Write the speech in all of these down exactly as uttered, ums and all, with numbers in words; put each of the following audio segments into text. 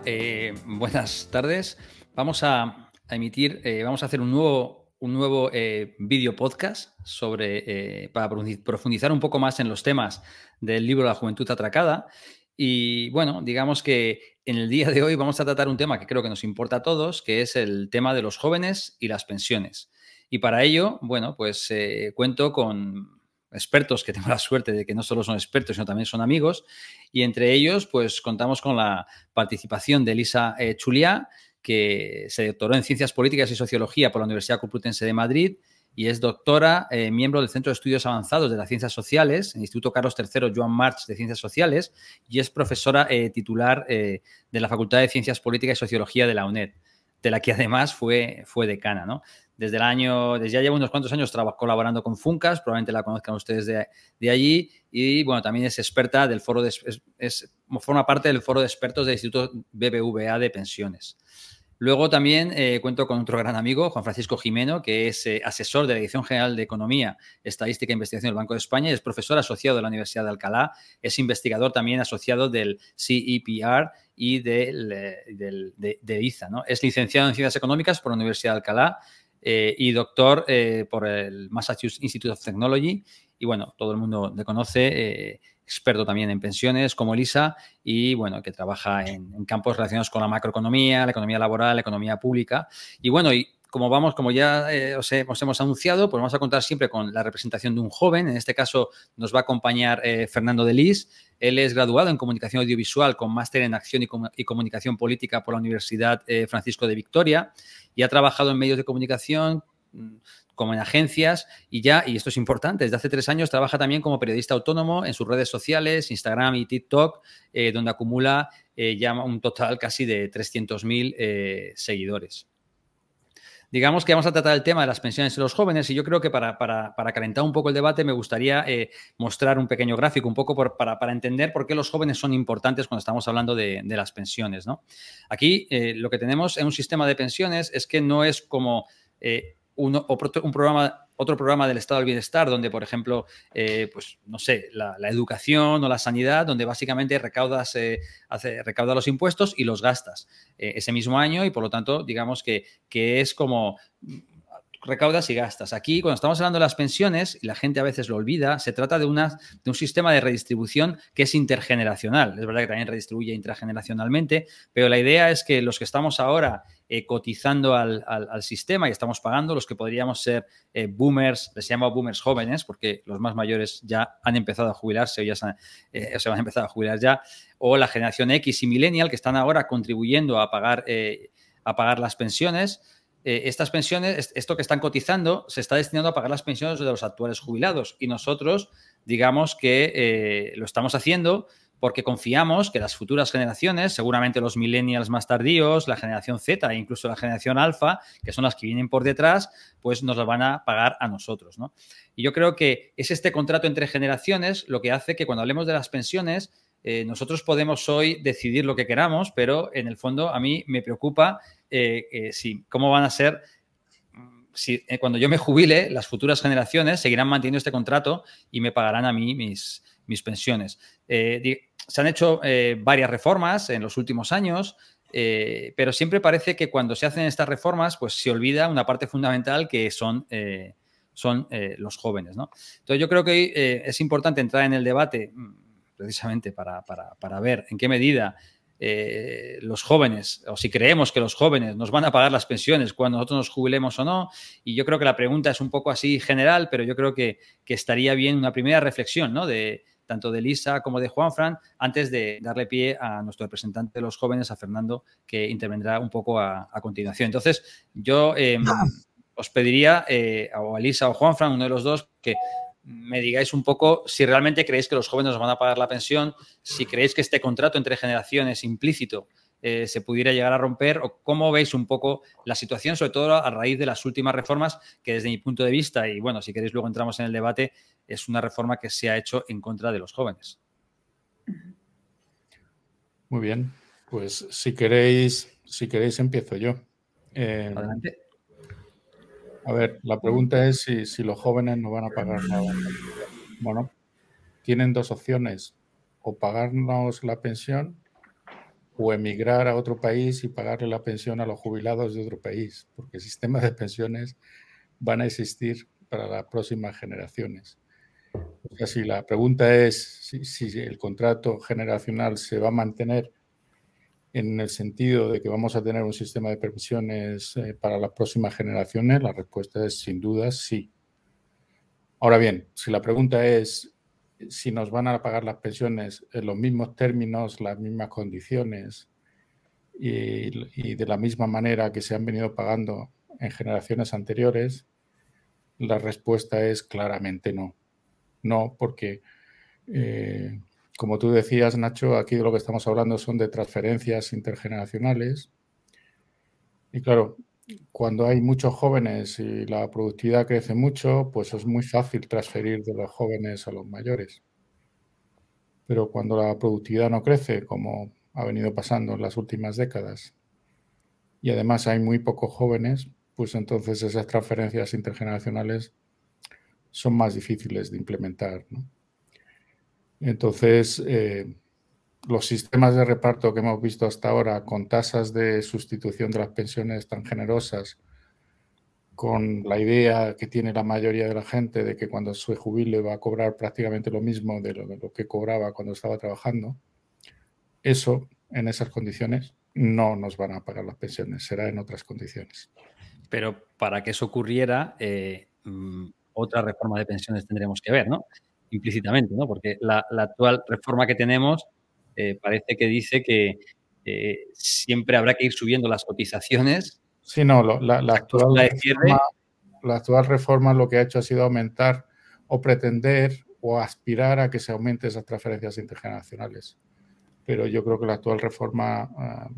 eh, buenas tardes. Vamos a, a emitir, eh, vamos a hacer un nuevo, un nuevo eh, vídeo podcast sobre, eh, para profundizar un poco más en los temas del libro La Juventud Atracada. Y bueno, digamos que en el día de hoy vamos a tratar un tema que creo que nos importa a todos, que es el tema de los jóvenes y las pensiones. Y para ello, bueno, pues eh, cuento con expertos que tengo la suerte de que no solo son expertos, sino también son amigos. Y entre ellos, pues contamos con la participación de Elisa eh, Chuliá, que se doctoró en Ciencias Políticas y Sociología por la Universidad Complutense de Madrid y es doctora, eh, miembro del Centro de Estudios Avanzados de las Ciencias Sociales, en el Instituto Carlos tercero Joan March de Ciencias Sociales, y es profesora eh, titular eh, de la Facultad de Ciencias Políticas y Sociología de la UNED, de la que además fue, fue decana, ¿no? Desde el año, desde ya lleva unos cuantos años colaborando con Funcas, probablemente la conozcan ustedes de, de allí, y bueno, también es experta del foro de, es, es, forma parte del foro de expertos del Instituto B B V A de Pensiones. Luego también eh, cuento con otro gran amigo, Juan Francisco Jimeno, que es eh, asesor de la Dirección General de Economía, Estadística e Investigación del Banco de España, y es profesor asociado de la Universidad de Alcalá, es investigador también asociado del C E P R y del, del, de, de I Z A, ¿no? Es licenciado en Ciencias Económicas por la Universidad de Alcalá eh, y doctor eh, por el Massachusetts Institute of Technology. Y bueno, todo el mundo le conoce, eh, experto también en pensiones como Elisa y bueno, que trabaja en, en campos relacionados con la macroeconomía, la economía laboral, la economía pública. Y bueno, y como vamos, como ya eh, os, he, os hemos anunciado, pues vamos a contar siempre con la representación de un joven. En este caso nos va a acompañar eh, Fernando de Lis. Él es graduado en Comunicación Audiovisual con máster en Acción y, Com y Comunicación Política por la Universidad eh, Francisco de Vitoria y ha trabajado en medios de comunicación como en agencias y ya, y esto es importante, desde hace tres años trabaja también como periodista autónomo en sus redes sociales, Instagram y TikTok, eh, donde acumula eh, ya un total casi de trescientos mil eh, seguidores. Digamos que vamos a tratar el tema de las pensiones de los jóvenes y yo creo que para, para, para calentar un poco el debate me gustaría eh, mostrar un pequeño gráfico, un poco por, para, para entender por qué los jóvenes son importantes cuando estamos hablando de, de las pensiones, ¿no? Aquí eh, lo que tenemos en un sistema de pensiones es que no es como eh, uno, un programa, otro programa del Estado del Bienestar donde, por ejemplo, eh, pues no sé, la, la educación o la sanidad, donde básicamente recaudas, eh, hace, recaudas los impuestos y los gastas eh, ese mismo año y, por lo tanto, digamos que, que es como recaudas y gastas. Aquí, cuando estamos hablando de las pensiones, y la gente a veces lo olvida, se trata de, una, de un sistema de redistribución que es intergeneracional. Es verdad que también redistribuye intrageneracionalmente, pero la idea es que los que estamos ahora eh, cotizando al, al, al sistema y estamos pagando, los que podríamos ser eh, boomers, les llamo boomers jóvenes, porque los más mayores ya han empezado a jubilarse o ya se, han, eh, se van a empezar a jubilar ya, o la generación X y millennial que están ahora contribuyendo a pagar, eh, a pagar las pensiones. Eh, estas pensiones, esto que están cotizando, se está destinando a pagar las pensiones de los actuales jubilados y nosotros, digamos que eh, lo estamos haciendo porque confiamos que las futuras generaciones, seguramente los millennials más tardíos, la generación Z e incluso la generación alfa, que son las que vienen por detrás, pues nos lo van a pagar a nosotros, ¿no? Y yo creo que es este contrato entre generaciones lo que hace que cuando hablemos de las pensiones, eh, nosotros podemos hoy decidir lo que queramos, pero en el fondo a mí me preocupa Eh, eh, sí, cómo van a ser, si eh, cuando yo me jubile, las futuras generaciones seguirán manteniendo este contrato y me pagarán a mí mis, mis pensiones. Eh, se han hecho eh, varias reformas en los últimos años, eh, pero siempre parece que cuando se hacen estas reformas, pues se olvida una parte fundamental que son, eh, son eh, los jóvenes, ¿no? Entonces yo creo que hoy eh, es importante entrar en el debate precisamente para, para, para ver en qué medida Eh, los jóvenes, o si creemos que los jóvenes nos van a pagar las pensiones cuando nosotros nos jubilemos o no. Y yo creo que la pregunta es un poco así general, pero yo creo que, que estaría bien una primera reflexión, ¿no? De tanto de Elisa como de Juanfran, antes de darle pie a nuestro representante de los jóvenes, a Fernando, que intervendrá un poco a, a continuación. Entonces, yo eh, os pediría, eh, o a Elisa o Juanfran, uno de los dos, que me digáis un poco si realmente creéis que los jóvenes nos van a pagar la pensión, si creéis que este contrato entre generaciones implícito eh, se pudiera llegar a romper, o cómo veis un poco la situación, sobre todo a raíz de las últimas reformas que desde mi punto de vista, y bueno, si queréis luego entramos en el debate, es una reforma que se ha hecho en contra de los jóvenes. Muy bien, pues si queréis, si queréis empiezo yo. Eh, Adelante. A ver, la pregunta es si, si los jóvenes no van a pagar nada. Bueno, tienen dos opciones, o pagarnos la pensión o emigrar a otro país y pagarle la pensión a los jubilados de otro país, porque sistemas de pensiones van a existir para las próximas generaciones. O sea, si la pregunta es si, si el contrato generacional se va a mantener en el sentido de que vamos a tener un sistema de pensiones eh, para las próximas generaciones, la respuesta es sin duda sí. Ahora bien, si la pregunta es si nos van a pagar las pensiones en los mismos términos, las mismas condiciones y, y de la misma manera que se han venido pagando en generaciones anteriores, la respuesta es claramente no. No, porque eh, como tú decías, Nacho, aquí de lo que estamos hablando son de transferencias intergeneracionales. Y claro, cuando hay muchos jóvenes y la productividad crece mucho, pues es muy fácil transferir de los jóvenes a los mayores. Pero cuando la productividad no crece, como ha venido pasando en las últimas décadas, y además hay muy pocos jóvenes, pues entonces esas transferencias intergeneracionales son más difíciles de implementar, ¿no? Entonces, eh, los sistemas de reparto que hemos visto hasta ahora, con tasas de sustitución de las pensiones tan generosas, con la idea que tiene la mayoría de la gente de que cuando se jubile va a cobrar prácticamente lo mismo de lo, de lo que cobraba cuando estaba trabajando, eso, en esas condiciones, no nos van a pagar las pensiones, será en otras condiciones. Pero para que eso ocurriera, eh, otra reforma de pensiones tendremos que ver, ¿no? Implícitamente, ¿no? Porque la, la actual reforma que tenemos eh, parece que dice que eh, siempre habrá que ir subiendo las cotizaciones. Sí, no, lo, la, la, actual reforma, la actual reforma lo que ha hecho ha sido aumentar o pretender o aspirar a que se aumenten esas transferencias intergeneracionales. Pero yo creo que la actual reforma uh,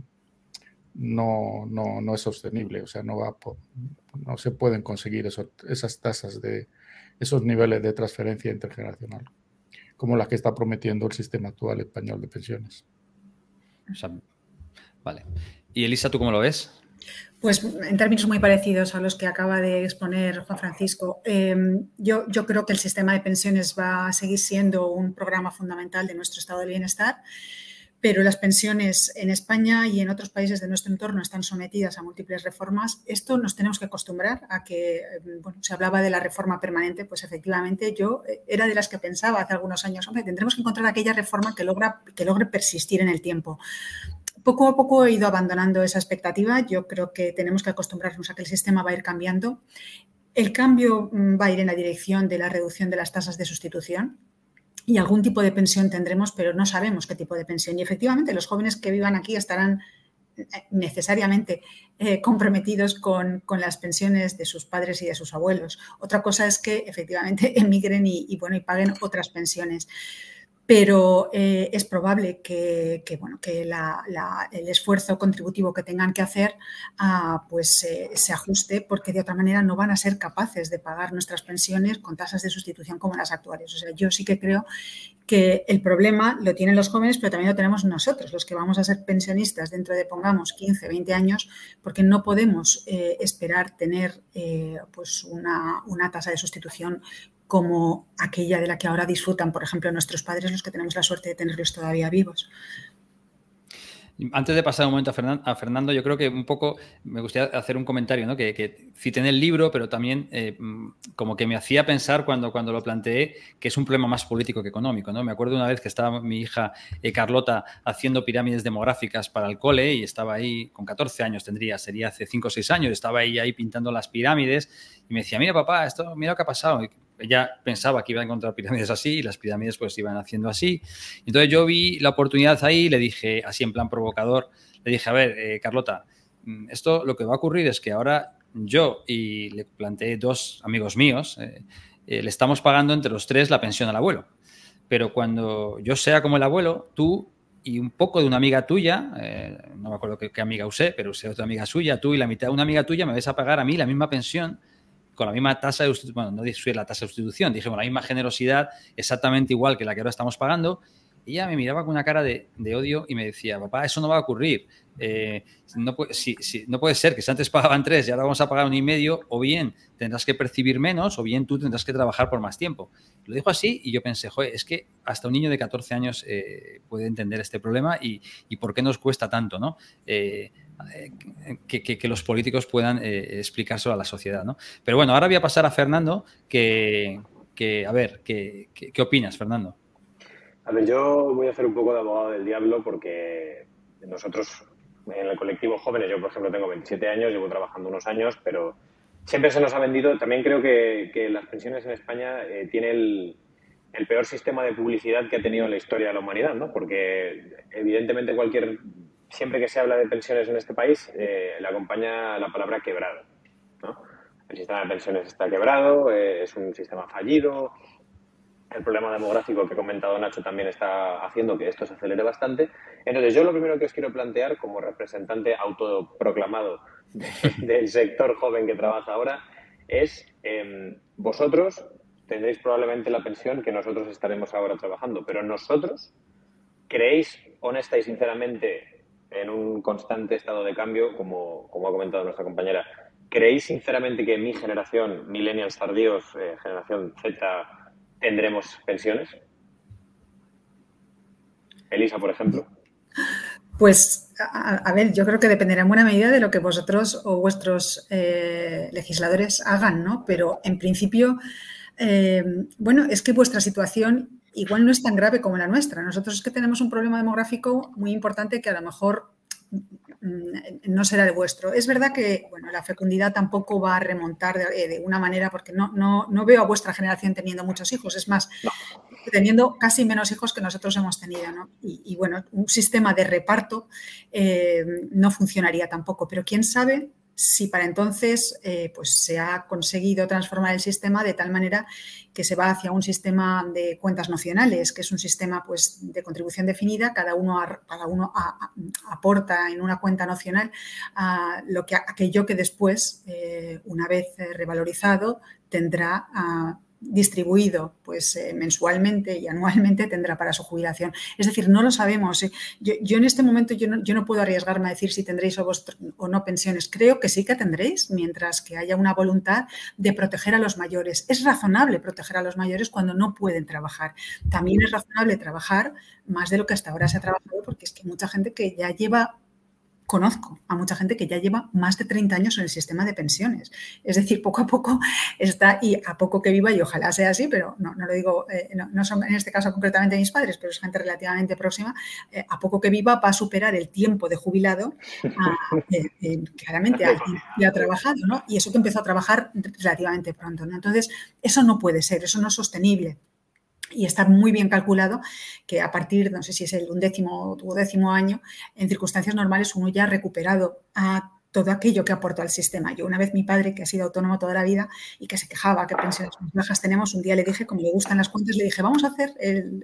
no, no, no es sostenible, o sea, no, va por, no se pueden conseguir eso, esas tasas de esos niveles de transferencia intergeneracional como las que está prometiendo el sistema actual español de pensiones. O sea, vale. Y Elisa, ¿tú cómo lo ves? Pues en términos muy parecidos a los que acaba de exponer Juan Francisco, eh, yo, yo creo que el sistema de pensiones va a seguir siendo un programa fundamental de nuestro estado de bienestar, pero las pensiones en España y en otros países de nuestro entorno están sometidas a múltiples reformas. Esto nos tenemos que acostumbrar a que, bueno, se hablaba de la reforma permanente, pues efectivamente yo era de las que pensaba hace algunos años, hombre, tendremos que encontrar aquella reforma que, logra, que logre persistir en el tiempo. Poco a poco he ido abandonando esa expectativa. Yo creo que tenemos que acostumbrarnos a que el sistema va a ir cambiando. El cambio va a ir en la dirección de la reducción de las tasas de sustitución y algún tipo de pensión tendremos, pero no sabemos qué tipo de pensión. Y efectivamente los jóvenes que vivan aquí estarán necesariamente eh, comprometidos con, con las pensiones de sus padres y de sus abuelos. Otra cosa es que efectivamente emigren y, y, bueno, y paguen otras pensiones. Pero eh, es probable que, que, bueno, que la, la, el esfuerzo contributivo que tengan que hacer uh, pues, eh, se ajuste, porque de otra manera no van a ser capaces de pagar nuestras pensiones con tasas de sustitución como las actuales. O sea, yo sí que creo que el problema lo tienen los jóvenes, pero también lo tenemos nosotros, los que vamos a ser pensionistas dentro de, pongamos, quince, veinte años, porque no podemos eh, esperar tener eh, pues una, una tasa de sustitución como aquella de la que ahora disfrutan, por ejemplo, nuestros padres, los que tenemos la suerte de tenerlos todavía vivos. Antes de pasar un momento a Fernando, a Fernando, yo creo que un poco me gustaría hacer un comentario, ¿no? que, que cité en el libro, pero también eh, como que me hacía pensar cuando, cuando lo planteé que es un problema más político que económico, ¿no? Me acuerdo una vez que estaba mi hija eh, Carlota haciendo pirámides demográficas para el cole y estaba ahí, con catorce años tendría, sería hace cinco o seis años, estaba ella ahí pintando las pirámides y me decía, mira papá, esto, mira lo que ha pasado. Y ella pensaba que iba a encontrar pirámides así y las pirámides pues iban haciendo así. Entonces yo vi la oportunidad ahí y le dije, así en plan provocador, le dije, a ver, eh, Carlota, esto lo que va a ocurrir es que ahora yo y le planteé dos amigos míos, eh, eh, le estamos pagando entre los tres la pensión al abuelo. Pero cuando yo sea como el abuelo, tú y un poco de una amiga tuya, eh, no me acuerdo qué, qué amiga usé, pero usé otra amiga suya, tú y la mitad de una amiga tuya me vais a pagar a mí la misma pensión con la misma tasa de sustitución, bueno, no dije la tasa de sustitución, dije con la misma generosidad, exactamente igual que la que ahora estamos pagando, ella me miraba con una cara de, de odio y me decía, papá, eso no va a ocurrir. Eh, no, puede, si, si, no puede ser que si antes pagaban tres y ahora vamos a pagar un y medio, o bien tendrás que percibir menos o bien tú tendrás que trabajar por más tiempo. Lo dijo así y yo pensé, joder, es que hasta un niño de catorce años eh, puede entender este problema y, y por qué nos cuesta tanto, ¿no? Eh, que, que, que los políticos puedan eh, explicárselo a la sociedad, ¿no? Pero bueno, ahora voy a pasar a Fernando, que, que a ver, ¿qué, qué, qué opinas, Fernando? A ver, yo voy a hacer un poco de abogado del diablo porque nosotros en el colectivo Jóvenes, yo por ejemplo tengo veintisiete años, llevo trabajando unos años, pero siempre se nos ha vendido, también creo que, que las pensiones en España eh, tiene el, el peor sistema de publicidad que ha tenido en la historia de la humanidad, ¿no? Porque evidentemente cualquier, siempre que se habla de pensiones en este país, eh, le acompaña la palabra quebrado, ¿no? El sistema de pensiones está quebrado, eh, es un sistema fallido. El problema demográfico que ha comentado Nacho también está haciendo que esto se acelere bastante. Entonces, yo lo primero que os quiero plantear, como representante autoproclamado de, del sector joven que trabaja ahora, es eh, vosotros tendréis probablemente la pensión que nosotros estaremos ahora trabajando, pero nosotros, ¿creéis honesta y sinceramente en un constante estado de cambio, como, como ha comentado nuestra compañera, ¿creéis sinceramente que mi generación, millennials tardíos, eh, generación Z, tendremos pensiones? Elisa, por ejemplo. Pues, a, a ver, yo creo que dependerá en buena medida de lo que vosotros o vuestros eh, legisladores hagan, ¿no? Pero, en principio, eh, bueno, es que vuestra situación igual no es tan grave como la nuestra. Nosotros es que tenemos un problema demográfico muy importante que a lo mejor no será el vuestro. Es verdad que, bueno, la fecundidad tampoco va a remontar de, de una manera, porque no, no, no veo a vuestra generación teniendo muchos hijos, es más, teniendo casi menos hijos que nosotros hemos tenido, ¿no? Y, y bueno, un sistema de reparto eh, no funcionaría tampoco, pero quién sabe si para entonces eh, pues se ha conseguido transformar el sistema de tal manera que se va hacia un sistema de cuentas nocionales, que es un sistema pues, de contribución definida, cada uno, a, cada uno a, a, aporta en una cuenta nocional a lo que, aquello que después, eh, una vez revalorizado, tendrá a, distribuido pues eh, mensualmente y anualmente tendrá para su jubilación. Es decir, no lo sabemos. ¿eh? Yo, yo en este momento yo no, yo no puedo arriesgarme a decir si tendréis o, vos, o no pensiones. Creo que sí que tendréis, mientras que haya una voluntad de proteger a los mayores. Es razonable proteger a los mayores cuando no pueden trabajar. También es razonable trabajar más de lo que hasta ahora se ha trabajado, porque es que hay mucha gente que ya lleva... Conozco a mucha gente que ya lleva más de treinta años en el sistema de pensiones. Es decir, poco a poco está, y a poco que viva, y ojalá sea así, pero no, no lo digo, eh, no, no son en este caso concretamente mis padres, pero es gente relativamente próxima, eh, a poco que viva va a superar el tiempo de jubilado a, eh, eh, claramente a quien ya ha trabajado, ¿no? Y eso que empezó a trabajar relativamente pronto, ¿no? Entonces, eso no puede ser, eso no es sostenible. Y está muy bien calculado que a partir, no sé si es el undécimo o décimo año, en circunstancias normales uno ya ha recuperado a todo aquello que aportó al sistema. Yo una vez mi padre, que ha sido autónomo toda la vida y que se quejaba que pensiones más bajas tenemos, un día le dije, como le gustan las cuentas, le dije, vamos a hacer el,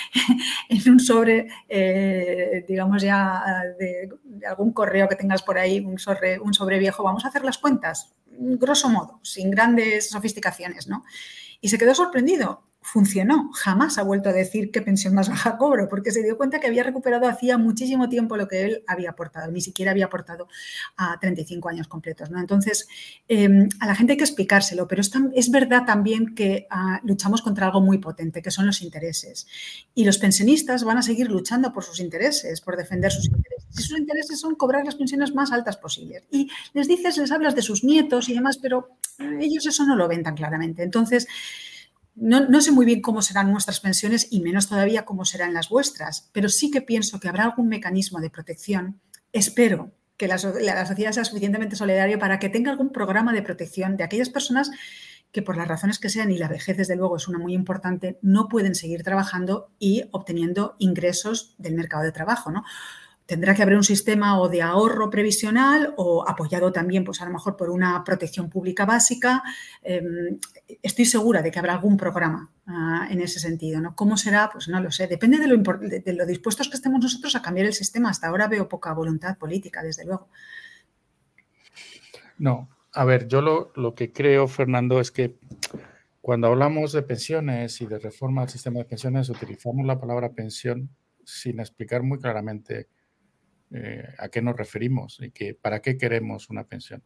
en un sobre, eh, digamos ya de, de algún correo que tengas por ahí, un sobre, un sobre viejo, vamos a hacer las cuentas, grosso modo, sin grandes sofisticaciones, ¿no? Y se quedó sorprendido. Funcionó, jamás ha vuelto a decir qué pensión más baja cobro, porque se dio cuenta que había recuperado hacía muchísimo tiempo lo que él había aportado, ni siquiera había aportado a treinta y cinco años completos, ¿no? Entonces, eh, a la gente hay que explicárselo, pero es, tan, es verdad también que uh, luchamos contra algo muy potente, que son los intereses. Y los pensionistas van a seguir luchando por sus intereses, por defender sus intereses. Y sus intereses son cobrar las pensiones más altas posibles. Y les dices, les hablas de sus nietos y demás, pero ellos eso no lo ven tan claramente. Entonces, No, no sé muy bien cómo serán nuestras pensiones y menos todavía cómo serán las vuestras, pero sí que pienso que habrá algún mecanismo de protección. Espero que la, la sociedad sea suficientemente solidaria para que tenga algún programa de protección de aquellas personas que por las razones que sean, y la vejez desde luego es una muy importante, no pueden seguir trabajando y obteniendo ingresos del mercado de trabajo, ¿no? Tendrá que haber un sistema o de ahorro previsional o apoyado también, pues a lo mejor por una protección pública básica. Eh, estoy segura de que habrá algún programa uh, en ese sentido, ¿no? ¿Cómo será? Pues no lo sé. Depende de lo, de, de lo dispuestos que estemos nosotros a cambiar el sistema. Hasta ahora veo poca voluntad política, desde luego. No, a ver, yo lo, lo que creo, Fernando, es que Cuando hablamos de pensiones y de reforma del sistema de pensiones, utilizamos la palabra pensión sin explicar muy claramente eh, a qué nos referimos y que, para qué queremos una pensión.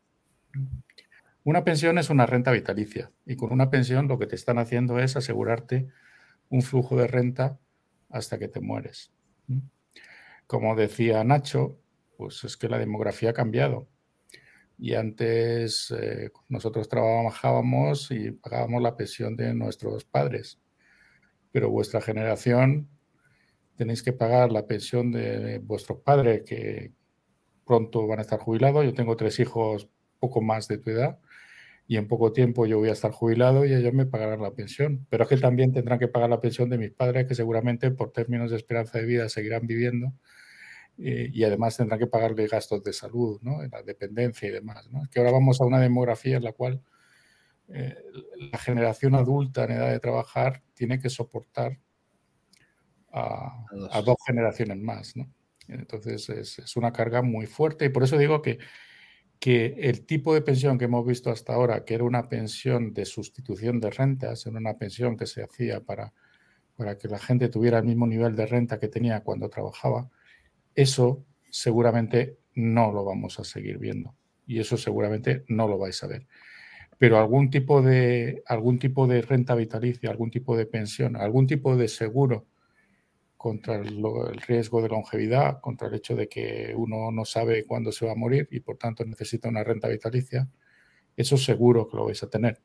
Una pensión es una renta vitalicia y con una pensión lo que te están haciendo es asegurarte un flujo de renta hasta que te mueres. Como decía Nacho, pues es que la demografía ha cambiado. Y antes eh, nosotros trabajábamos y pagábamos la pensión de nuestros padres. Pero vuestra generación tenéis que pagar la pensión de vuestros padres que pronto van a estar jubilados. Yo tengo tres hijos poco más de tu edad y en poco tiempo yo voy a estar jubilado y ellos me pagarán la pensión. Pero es que también tendrán que pagar la pensión de mis padres que seguramente por términos de esperanza de vida seguirán viviendo. Eh, y además tendrán que pagarle gastos de salud, ¿no? La dependencia y demás, ¿no? Es que ahora vamos a una demografía en la cual eh, la generación adulta en edad de trabajar tiene que soportar a, a, dos. a dos generaciones más, ¿no? Entonces es, es una carga muy fuerte y por eso digo que, que el tipo de pensión que hemos visto hasta ahora, que era una pensión de sustitución de rentas, era una pensión que se hacía para, para que la gente tuviera el mismo nivel de renta que tenía cuando trabajaba, eso seguramente no lo vamos a seguir viendo y eso seguramente no lo vais a ver. Pero algún tipo de, algún tipo de renta vitalicia, algún tipo de pensión, algún tipo de seguro contra el, el riesgo de longevidad, contra el hecho de que uno no sabe cuándo se va a morir y por tanto necesita una renta vitalicia, eso seguro que lo vais a tener.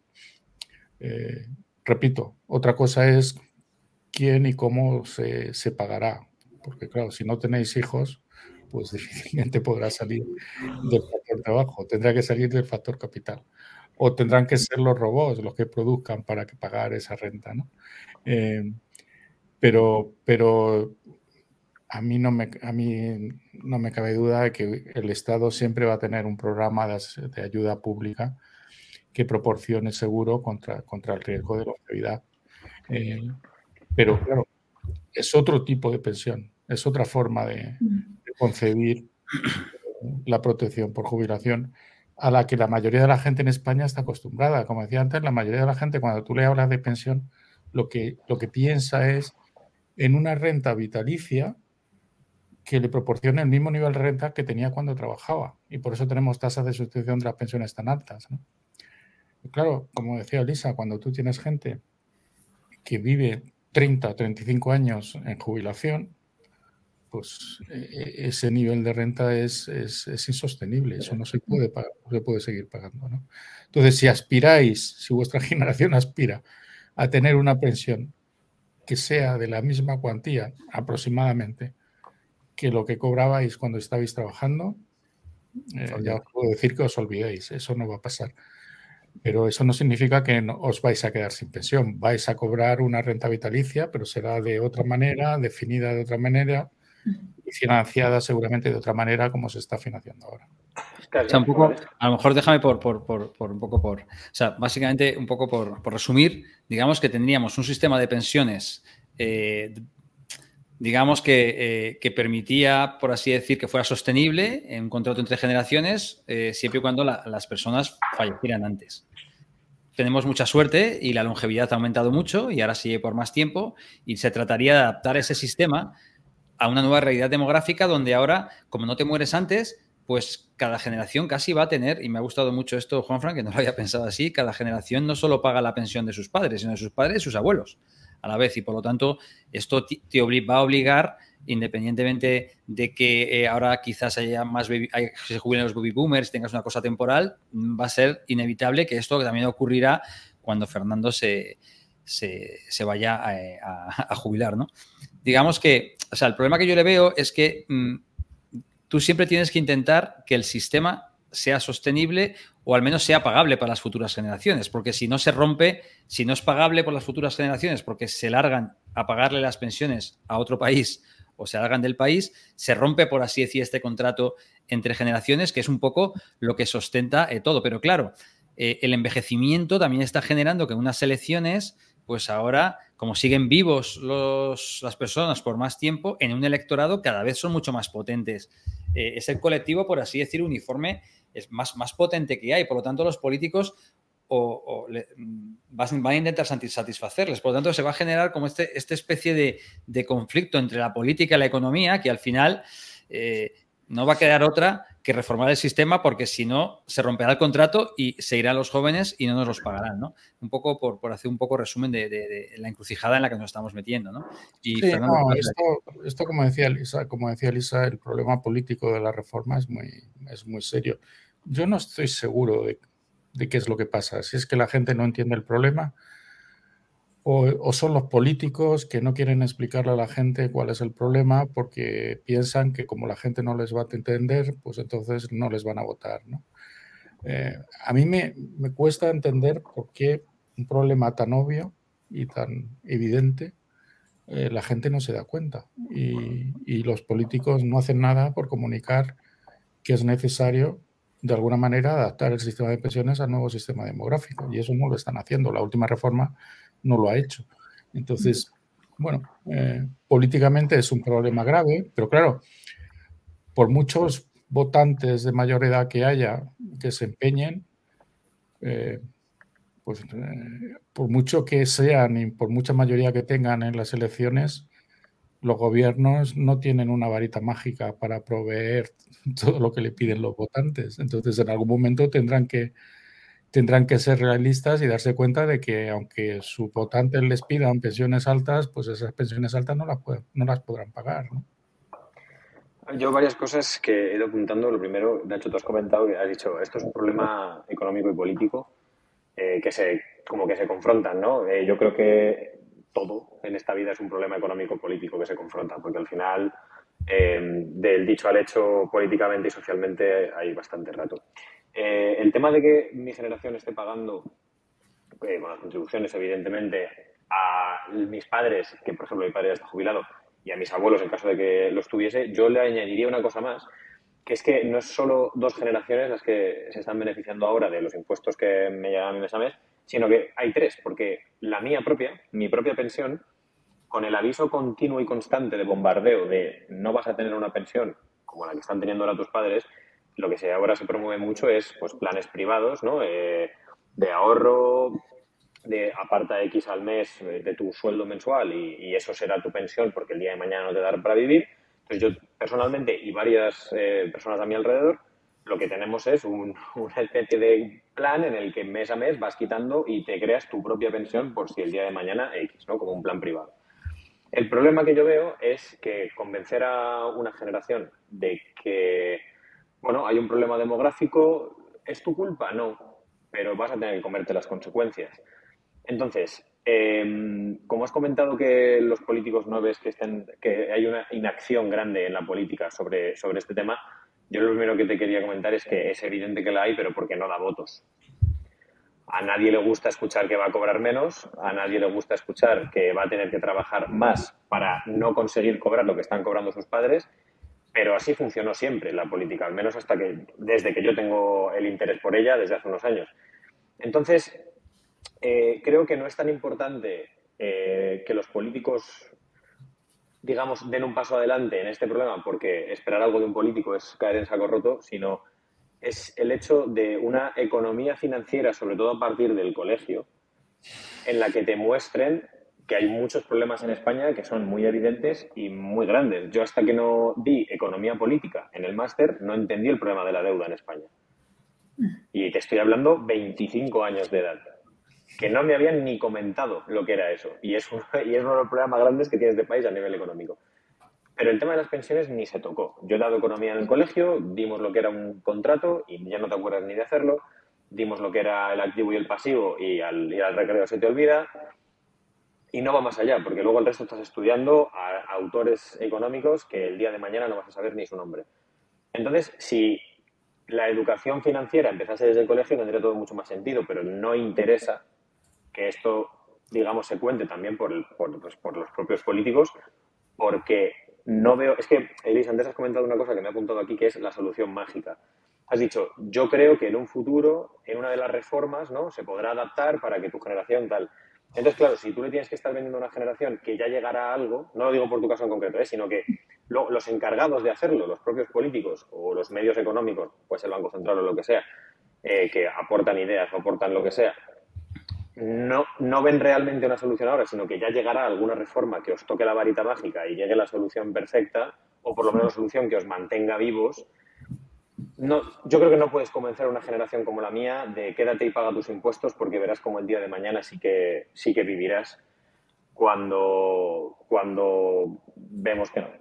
Eh, repito, otra cosa es quién y cómo se, se pagará. Porque claro, si no tenéis hijos, pues difícilmente podrá salir del factor trabajo, tendrá que salir del factor capital. O tendrán que ser los robots los que produzcan para que pagar esa renta, ¿no? Eh, pero, pero a mí, no me, a mí no me cabe duda de que el Estado siempre va a tener un programa de, de ayuda pública que proporcione seguro contra, contra el riesgo de longevidad. Eh, pero claro, es otro tipo de pensión, es otra forma de, de concebir la protección por jubilación a la que la mayoría de la gente en España está acostumbrada. Como decía antes, la mayoría de la gente cuando tú le hablas de pensión lo que, lo que piensa es en una renta vitalicia que le proporcione el mismo nivel de renta que tenía cuando trabajaba y por eso tenemos tasas de sustitución de las pensiones tan altas, ¿no? Y claro, como decía Elisa, cuando tú tienes gente que vive treinta, treinta y cinco años en jubilación, pues eh, ese nivel de renta es, es, es insostenible, eso no se puede pagar, no se puede seguir pagando, ¿no? Entonces, si aspiráis, si vuestra generación aspira a tener una pensión que sea de la misma cuantía aproximadamente que lo que cobrabais cuando estabais trabajando, eh, ya os puedo decir que os olvidéis, eso no va a pasar. Pero eso no significa que no, os vais a quedar sin pensión. Vais a cobrar una renta vitalicia, pero será de otra manera, definida de otra manera y financiada seguramente de otra manera como se está financiando ahora. O sea, un poco, a lo mejor déjame por, por, por, por un poco por... O sea, básicamente un poco por, por resumir, digamos que tendríamos un sistema de pensiones, eh, digamos que, eh, que permitía, por así decir, que fuera sostenible en un contrato entre generaciones, eh, siempre y cuando la, las personas fallecieran antes. Tenemos mucha suerte y la longevidad ha aumentado mucho y ahora sigue por más tiempo y se trataría de adaptar ese sistema a una nueva realidad demográfica donde ahora, como no te mueres antes, pues cada generación casi va a tener, y me ha gustado mucho esto, Juanfran, que no lo había pensado así, cada generación no solo paga la pensión de sus padres, sino de sus padres y sus abuelos a la vez. Y por lo tanto, esto te va a obligar, independientemente de que eh, ahora quizás haya más baby, hay, se jubilen los baby boomers, tengas una cosa temporal, va a ser inevitable que esto también ocurrirá cuando Fernando se, se, se vaya a, a, a jubilar, ¿no? Digamos que, o sea, el problema que yo le veo es que mmm, tú siempre tienes que intentar que el sistema sea sostenible o al menos sea pagable para las futuras generaciones, porque si no se rompe, si no es pagable por las futuras generaciones porque se largan a pagarle las pensiones a otro país o se largan del país, se rompe, por así decir, este contrato entre generaciones, que es un poco lo que sustenta eh, todo. Pero claro, eh, el envejecimiento también está generando que en unas elecciones, pues ahora, como siguen vivos los, las personas por más tiempo, en un electorado cada vez son mucho más potentes. Eh, es el colectivo, por así decir, uniforme, es más, más potente que hay. Por lo tanto, los políticos o, o le, van a intentar satisfacerles. Por lo tanto, se va a generar como este, esta especie de, de conflicto entre la política y la economía que al final eh, no va a quedar otra que reformar el sistema, porque si no se romperá el contrato y se irán los jóvenes y no nos los pagarán, ¿no? Un poco por, por hacer un poco resumen de, de, de la encrucijada en la que nos estamos metiendo, ¿no? Y sí, Fernando, no, esto, esto como decía Elisa, como decía Elisa, el problema político de la reforma es muy, es muy serio. Yo no estoy seguro de, de qué es lo que pasa. Si es que la gente no entiende el problema o, o son los políticos que no quieren explicarle a la gente cuál es el problema porque piensan que como la gente no les va a entender, pues entonces no les van a votar, ¿no? Eh, a mí me, me cuesta entender por qué un problema tan obvio y tan evidente eh, la gente no se da cuenta y, y los políticos no hacen nada por comunicar que es necesario de alguna manera adaptar el sistema de pensiones al nuevo sistema demográfico, y eso no lo están haciendo. La última reforma no lo ha hecho. Entonces, bueno, eh, políticamente es un problema grave, pero claro, por muchos votantes de mayor edad que haya que se empeñen, eh, pues eh, por mucho que sean y por mucha mayoría que tengan en las elecciones, los gobiernos no tienen una varita mágica para proveer todo lo que le piden los votantes. Entonces, en algún momento tendrán que, tendrán que ser realistas y darse cuenta de que aunque sus votantes les pidan pensiones altas, pues esas pensiones altas no las, pueden, no las podrán pagar, ¿no? Yo varias cosas que he ido apuntando. Lo primero, de hecho, tú has comentado que has dicho, esto es un problema económico y político eh, que se, como que se confrontan, ¿no? Eh, yo creo que todo en esta vida es un problema económico-político que se confronta, porque al final eh, del dicho al hecho políticamente y socialmente hay bastante rato. Eh, el tema de que mi generación esté pagando eh, con las contribuciones, evidentemente, a mis padres, que por ejemplo mi padre ya está jubilado, y a mis abuelos en caso de que los tuviese, yo le añadiría una cosa más, que es que no es solo dos generaciones las que se están beneficiando ahora de los impuestos que me llegan a mí mes a mes, sino que hay tres, porque la mía propia, mi propia pensión, con el aviso continuo y constante de bombardeo de no vas a tener una pensión como la que están teniendo ahora tus padres, lo que se, ahora se promueve mucho es pues planes privados, ¿no? Eh, de ahorro, de aparta X al mes de tu sueldo mensual y, y eso será tu pensión porque el día de mañana no te dará para vivir. Entonces yo personalmente y varias eh, personas a mi alrededor lo que tenemos es un, una especie de plan en el que mes a mes vas quitando y te creas tu propia pensión por si el día de mañana X, ¿no? Como un plan privado. El problema que yo veo es que convencer a una generación de que, bueno, hay un problema demográfico, ¿es tu culpa? No, pero vas a tener que comerte las consecuencias. Entonces, eh, como has comentado que los políticos no ves que, estén, que hay una inacción grande en la política sobre, sobre este tema, yo lo primero que te quería comentar es que es evidente que la hay, pero porque no da votos. A nadie le gusta escuchar que va a cobrar menos, a nadie le gusta escuchar que va a tener que trabajar más para no conseguir cobrar lo que están cobrando sus padres, pero así funcionó siempre la política, al menos hasta que, desde que yo tengo el interés por ella, desde hace unos años. Entonces, eh, creo que no es tan importante eh, que los políticos, digamos, den un paso adelante en este problema, porque esperar algo de un político es caer en saco roto, sino es el hecho de una economía financiera, sobre todo a partir del colegio, en la que te muestren que hay muchos problemas en España que son muy evidentes y muy grandes. Yo hasta que no di economía política en el máster no entendí el problema de la deuda en España. Y te estoy hablando veinticinco años de edad, que no me habían ni comentado lo que era eso. Y es, uno, y es uno de los problemas más grandes que tiene este país a nivel económico. Pero el tema de las pensiones ni se tocó. Yo he dado economía en el colegio, dimos lo que era un contrato y ya no te acuerdas ni de hacerlo. Dimos lo que era el activo y el pasivo y al ir al recreo se te olvida. Y no va más allá, porque luego el resto estás estudiando a autores económicos que el día de mañana no vas a saber ni su nombre. Entonces, si la educación financiera empezase desde el colegio, tendría todo mucho más sentido, pero no interesa que esto, digamos, se cuente también por, el, por, pues, por los propios políticos, porque no veo... Es que, Elisa, antes has comentado una cosa que me ha apuntado aquí, que es la solución mágica. Has dicho, yo creo que en un futuro, en una de las reformas, ¿no?, se podrá adaptar para que tu generación tal... Entonces, claro, si tú le tienes que estar vendiendo a una generación que ya llegará a algo, no lo digo por tu caso en concreto, ¿eh?, sino que lo, los encargados de hacerlo, los propios políticos o los medios económicos, pues el Banco Central o lo que sea, eh, que aportan ideas o aportan lo que sea, no, no ven realmente una solución ahora, sino que ya llegará alguna reforma que os toque la varita mágica y llegue la solución perfecta, o por lo menos la solución que os mantenga vivos. No, yo creo que no puedes convencer a una generación como la mía de quédate y paga tus impuestos, porque verás como el día de mañana sí que, sí que vivirás cuando, cuando vemos que no.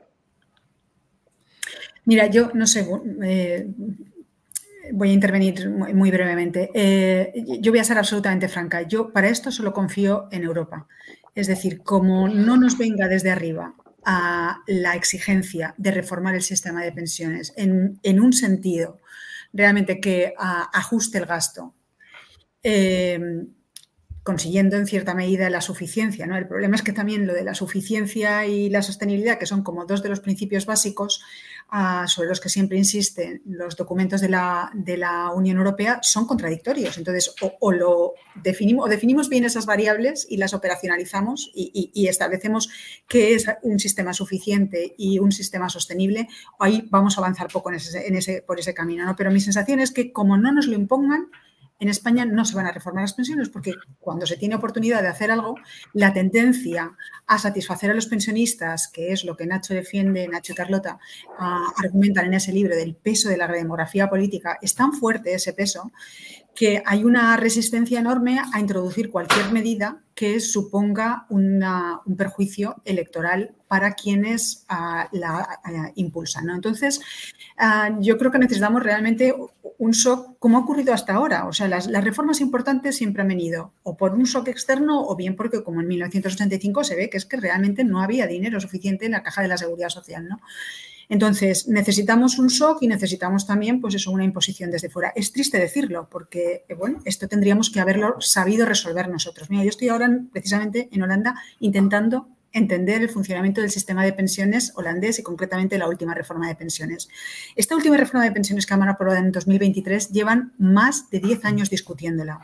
Mira, yo no sé, eh, voy a intervenir muy, muy brevemente. Eh, yo voy a ser absolutamente franca. Yo para esto solo confío en Europa. Es decir, como no nos venga desde arriba a la exigencia de reformar el sistema de pensiones en, en un sentido realmente que a, ajuste el gasto, eh, consiguiendo en cierta medida la suficiencia, ¿no? El problema es que también lo de la suficiencia y la sostenibilidad, que son como dos de los principios básicos uh, sobre los que siempre insisten los documentos de la, de la Unión Europea, son contradictorios. Entonces, o, o lo definimos, o definimos bien esas variables y las operacionalizamos y, y, y establecemos qué es un sistema suficiente y un sistema sostenible, o ahí vamos a avanzar poco en ese, en ese, por ese camino, ¿no? Pero mi sensación es que como no nos lo impongan, en España no se van a reformar las pensiones porque cuando se tiene oportunidad de hacer algo, la tendencia a satisfacer a los pensionistas, que es lo que Nacho defiende, Nacho y Carlota uh, argumentan en ese libro del peso de la demografía política, es tan fuerte ese peso que hay una resistencia enorme a introducir cualquier medida que suponga una, un perjuicio electoral para quienes uh, la uh, impulsan, ¿no? Entonces, uh, yo creo que necesitamos realmente un shock como ha ocurrido hasta ahora. O sea, las, las reformas importantes siempre han venido o por un shock externo o bien porque, como en mil novecientos ochenta y cinco, se ve que es que realmente no había dinero suficiente en la caja de la Seguridad Social, ¿no? Entonces, necesitamos un shock y necesitamos también, pues eso, una imposición desde fuera. Es triste decirlo, porque, bueno, esto tendríamos que haberlo sabido resolver nosotros. Mira, yo estoy ahora precisamente en Holanda intentando entender el funcionamiento del sistema de pensiones holandés y concretamente la última reforma de pensiones. Esta última reforma de pensiones que han aprobado en dos mil veintitrés llevan más de diez años discutiéndola,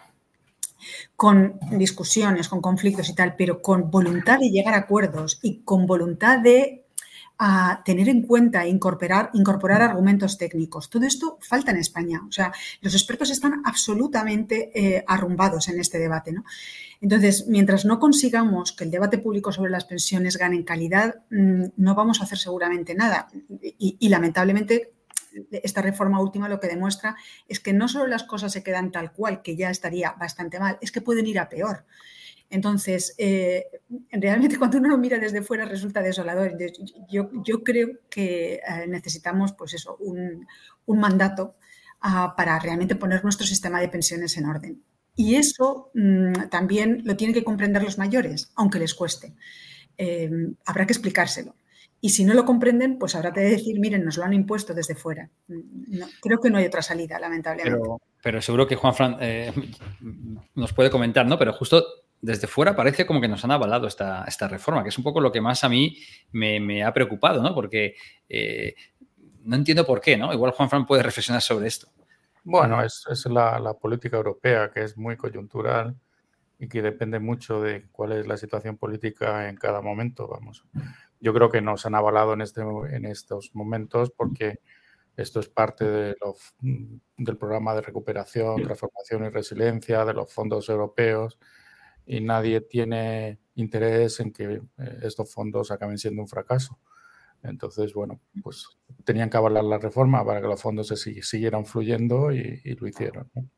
con discusiones, con conflictos y tal, pero con voluntad de llegar a acuerdos y con voluntad de a tener en cuenta e incorporar, incorporar argumentos técnicos. Todo esto falta en España. O sea, los expertos están absolutamente eh, arrumbados en este debate, ¿no? Entonces, mientras no consigamos que el debate público sobre las pensiones gane en calidad, mmm, no vamos a hacer seguramente nada. Y, y lamentablemente, esta reforma última lo que demuestra es que no solo las cosas se quedan tal cual, que ya estaría bastante mal, es que pueden ir a peor. Entonces, eh, realmente cuando uno lo mira desde fuera resulta desolador. Yo, yo creo que eh, necesitamos, pues eso, un, un mandato uh, para realmente poner nuestro sistema de pensiones en orden. Y eso mmm, también lo tienen que comprender los mayores, aunque les cueste. Eh, habrá que explicárselo. Y si no lo comprenden, pues habrá que decir, miren, nos lo han impuesto desde fuera. No, creo que no hay otra salida, lamentablemente. Pero, pero seguro que Juanfran eh, nos puede comentar, ¿no? Pero justo desde fuera parece como que nos han avalado esta, esta reforma, que es un poco lo que más a mí me, me ha preocupado, ¿no? Porque eh, no entiendo por qué, ¿no? Igual Juanfran puede reflexionar sobre esto. Bueno, es, es la, la política europea, que es muy coyuntural y que depende mucho de cuál es la situación política en cada momento, vamos. Yo creo que nos han avalado en, este, en estos momentos porque esto es parte de lo, del programa de recuperación, transformación y resiliencia, de los fondos europeos, y nadie tiene interés en que estos fondos acaben siendo un fracaso. Entonces, bueno, pues tenían que avalar la reforma para que los fondos se siguieran fluyendo y, y lo hicieron, ¿no?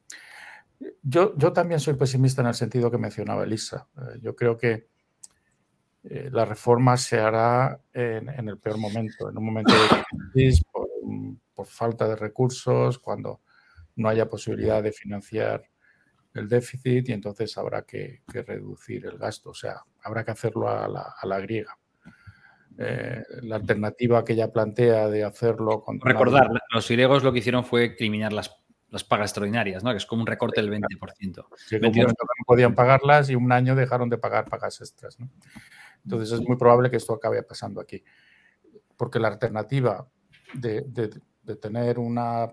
Yo, yo también soy pesimista en el sentido que mencionaba Elisa. Yo creo que eh, la reforma se hará en, en el peor momento, en un momento de crisis, por, por falta de recursos, cuando no haya posibilidad de financiar el déficit, y entonces habrá que, que reducir el gasto. O sea, habrá que hacerlo a la, a la griega. Eh, la alternativa que ella plantea de hacerlo... Con Recordar, nadie... los griegos lo que hicieron fue eliminar las, las pagas extraordinarias, ¿no? Que es como un recorte del veinte por ciento. Llegó un momento que no podían pagarlas y un año dejaron de pagar pagas extras, ¿no? Entonces es muy probable que esto acabe pasando aquí. Porque la alternativa de, de, de tener una,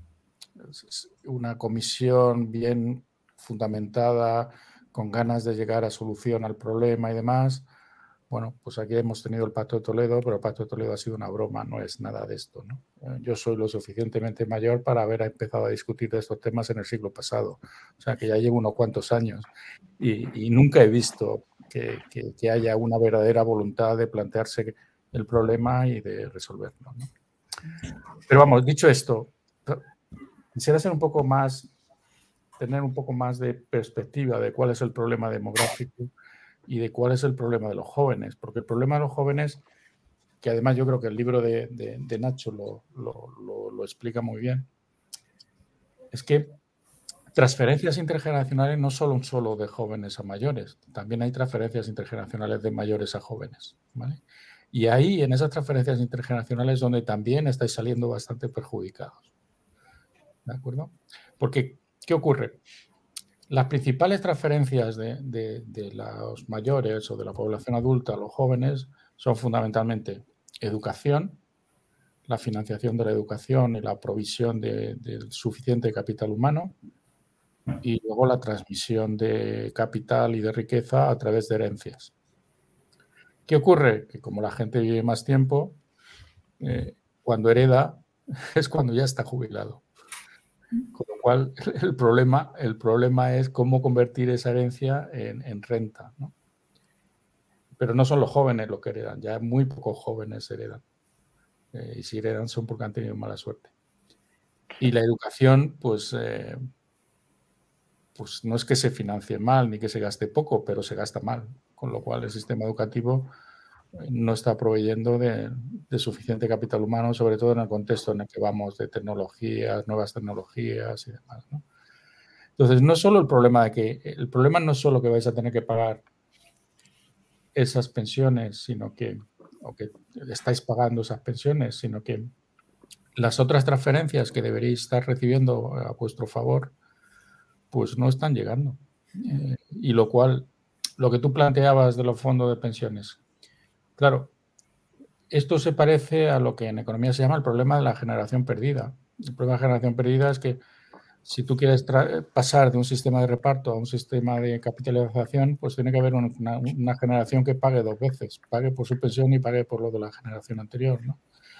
una comisión bien fundamentada, con ganas de llegar a solución al problema y demás, bueno, pues aquí hemos tenido el Pacto de Toledo, pero el Pacto de Toledo ha sido una broma, no es nada de esto, ¿no? Yo soy lo suficientemente mayor para haber empezado a discutir de estos temas en el siglo pasado, o sea que ya llevo unos cuantos años y, y nunca he visto que, que, que haya una verdadera voluntad de plantearse el problema y de resolverlo, ¿no? Pero vamos, dicho esto, quisiera ser un poco más, tener un poco más de perspectiva de cuál es el problema demográfico y de cuál es el problema de los jóvenes, porque el problema de los jóvenes, que además yo creo que el libro de, de, de Nacho lo, lo, lo, lo explica muy bien, es que transferencias intergeneracionales no solo solo de jóvenes a mayores, también hay transferencias intergeneracionales de mayores a jóvenes, ¿vale? Y ahí, en esas transferencias intergeneracionales, donde también estáis saliendo bastante perjudicados, ¿de acuerdo? Porque, ¿qué ocurre? Las principales transferencias de, de, de los mayores o de la población adulta a los jóvenes son fundamentalmente educación, la financiación de la educación y la provisión de, de suficiente capital humano, y luego la transmisión de capital y de riqueza a través de herencias. ¿Qué ocurre? Que como la gente vive más tiempo, eh, cuando hereda es cuando ya está jubilado. Con lo cual, el problema, el problema es cómo convertir esa herencia en, en renta, ¿no? Pero no son los jóvenes los que heredan, ya muy pocos jóvenes heredan. Eh, y si heredan son porque han tenido mala suerte. Y la educación, pues, eh, pues no es que se financie mal ni que se gaste poco, pero se gasta mal. Con lo cual el sistema educativo no está proveyendo de, de suficiente capital humano, sobre todo en el contexto en el que vamos de tecnologías, nuevas tecnologías y demás, ¿no? Entonces, no solo el problema de que, el problema no es solo que vais a tener que pagar esas pensiones, sino que, o que estáis pagando esas pensiones, sino que las otras transferencias que deberéis estar recibiendo a vuestro favor, pues no están llegando. Eh, y lo cual, lo que tú planteabas de los fondos de pensiones, claro, esto se parece a lo que en economía se llama el problema de la generación perdida. El problema de la generación perdida es que si tú quieres pasar de un sistema de reparto a un sistema de capitalización, pues tiene que haber una, una generación que pague dos veces, pague por su pensión y pague por lo de la generación anterior, ¿no?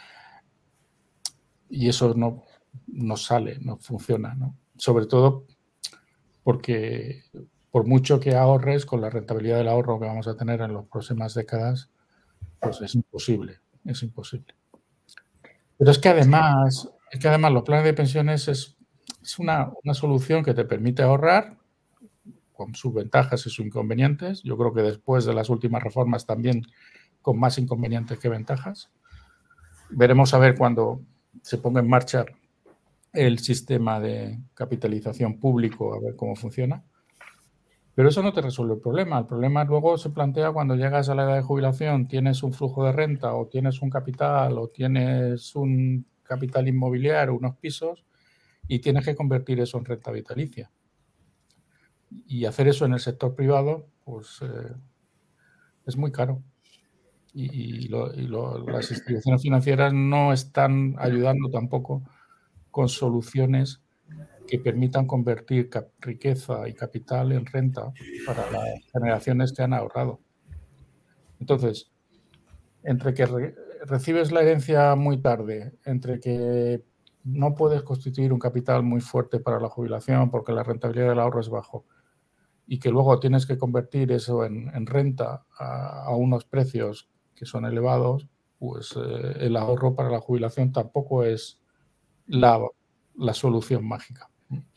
Y eso no, no sale, no funciona, ¿no? Sobre todo porque por mucho que ahorres, con la rentabilidad del ahorro que vamos a tener en las próximas décadas, pues es imposible, es imposible. Pero es que además, es que además los planes de pensiones es, es una, una solución que te permite ahorrar con sus ventajas y sus inconvenientes. Yo creo que después de las últimas reformas también con más inconvenientes que ventajas. Veremos a ver cuando se ponga en marcha el sistema de capitalización público, a ver cómo funciona. Pero eso no te resuelve el problema. El problema luego se plantea cuando llegas a la edad de jubilación, tienes un flujo de renta o tienes un capital o tienes un capital inmobiliario, unos pisos, y tienes que convertir eso en renta vitalicia. Y hacer eso en el sector privado, pues eh, es muy caro. Y, y, lo, y lo, las instituciones financieras no están ayudando tampoco con soluciones que permitan convertir cap riqueza y capital en renta para las generaciones que han ahorrado. Entonces, entre que re recibes la herencia muy tarde, entre que no puedes constituir un capital muy fuerte para la jubilación porque la rentabilidad del ahorro es bajo, y que luego tienes que convertir eso en, en renta a, a unos precios que son elevados, pues eh, el ahorro para la jubilación tampoco es la, la solución mágica.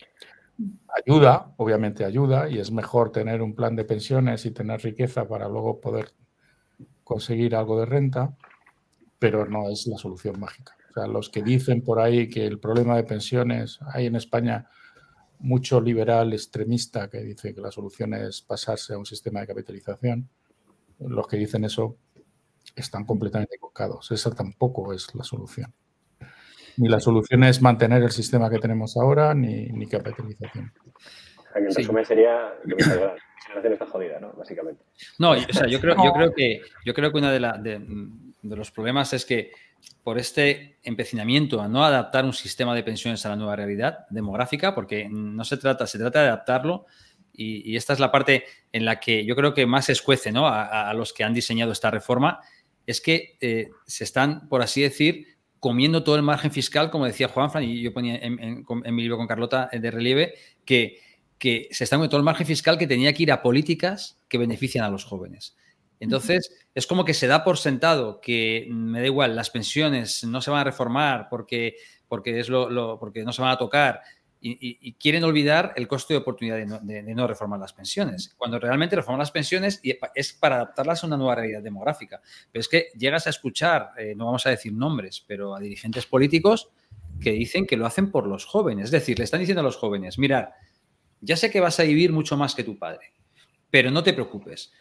Ayuda, obviamente ayuda, y es mejor tener un plan de pensiones y tener riqueza para luego poder conseguir algo de renta, pero no es la solución mágica. O sea, los que dicen por ahí que el problema de pensiones, hay en España mucho liberal extremista que dice que la solución es pasarse a un sistema de capitalización, los que dicen eso están completamente equivocados. Esa tampoco es la solución. Ni la solución es mantener el sistema que tenemos ahora, ni, ni capitalización. En Sí. resumen sería que mi generación está jodida, ¿no? Básicamente. No, o sea, yo creo, yo creo que yo creo que uno de, la, de, de los problemas es que por este empecinamiento a no adaptar un sistema de pensiones a la nueva realidad demográfica, porque no se trata, se trata de adaptarlo y, y esta es la parte en la que yo creo que más se escuece, ¿no? a, a los que han diseñado esta reforma, es que eh, se están, por así decir, comiendo todo el margen fiscal, como decía Juanfran, y yo ponía en, en, en mi libro con Carlota de relieve, que, que se está comiendo todo el margen fiscal que tenía que ir a políticas que benefician a los jóvenes. Entonces, es como que se da por sentado que, me da igual, las pensiones no se van a reformar porque, porque, es lo, lo, porque no se van a tocar y, y, y quieren olvidar el costo de oportunidad de no, de, de no reformar las pensiones. Cuando realmente reforman las pensiones es para adaptarlas a una nueva realidad demográfica. Pero es que llegas a escuchar, eh, no vamos a decir nombres, pero a dirigentes políticos que dicen que lo hacen por los jóvenes. Es decir, le están diciendo a los jóvenes, mirad, ya sé que vas a vivir mucho más que tu padre, pero no te preocupes.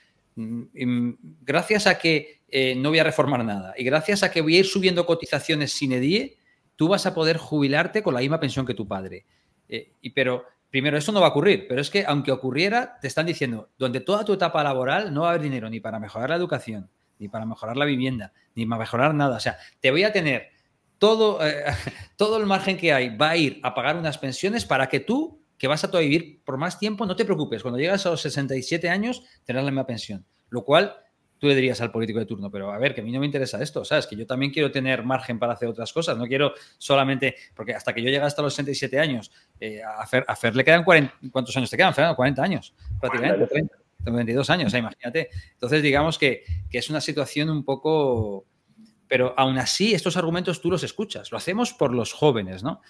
Gracias a que eh, no voy a reformar nada y gracias a que voy a ir subiendo cotizaciones sine die, tú vas a poder jubilarte con la misma pensión que tu padre. Eh, y, pero, primero, eso no va a ocurrir, pero es que aunque ocurriera, te están diciendo, durante toda tu etapa laboral no va a haber dinero ni para mejorar la educación, ni para mejorar la vivienda, ni para mejorar nada. O sea, te voy a tener todo, eh, todo el margen que hay, va a ir a pagar unas pensiones para que tú, que vas a vivir por más tiempo, no te preocupes. Cuando llegas a los sesenta y siete años, tendrás la misma pensión. Lo cual, tú le dirías al político de turno, pero a ver, que a mí no me interesa esto, ¿sabes? Que yo también quiero tener margen para hacer otras cosas. No quiero solamente... Porque hasta que yo llegue hasta los sesenta y siete años, eh, a, Fer, a Fer le quedan cuarenta... ¿Cuántos años te quedan, Fer? cuarenta años, prácticamente. treinta, veintidós años, ¿eh? Imagínate. Entonces, digamos que, que es una situación un poco... Pero aún así, estos argumentos tú los escuchas. Lo hacemos por los jóvenes, ¿no?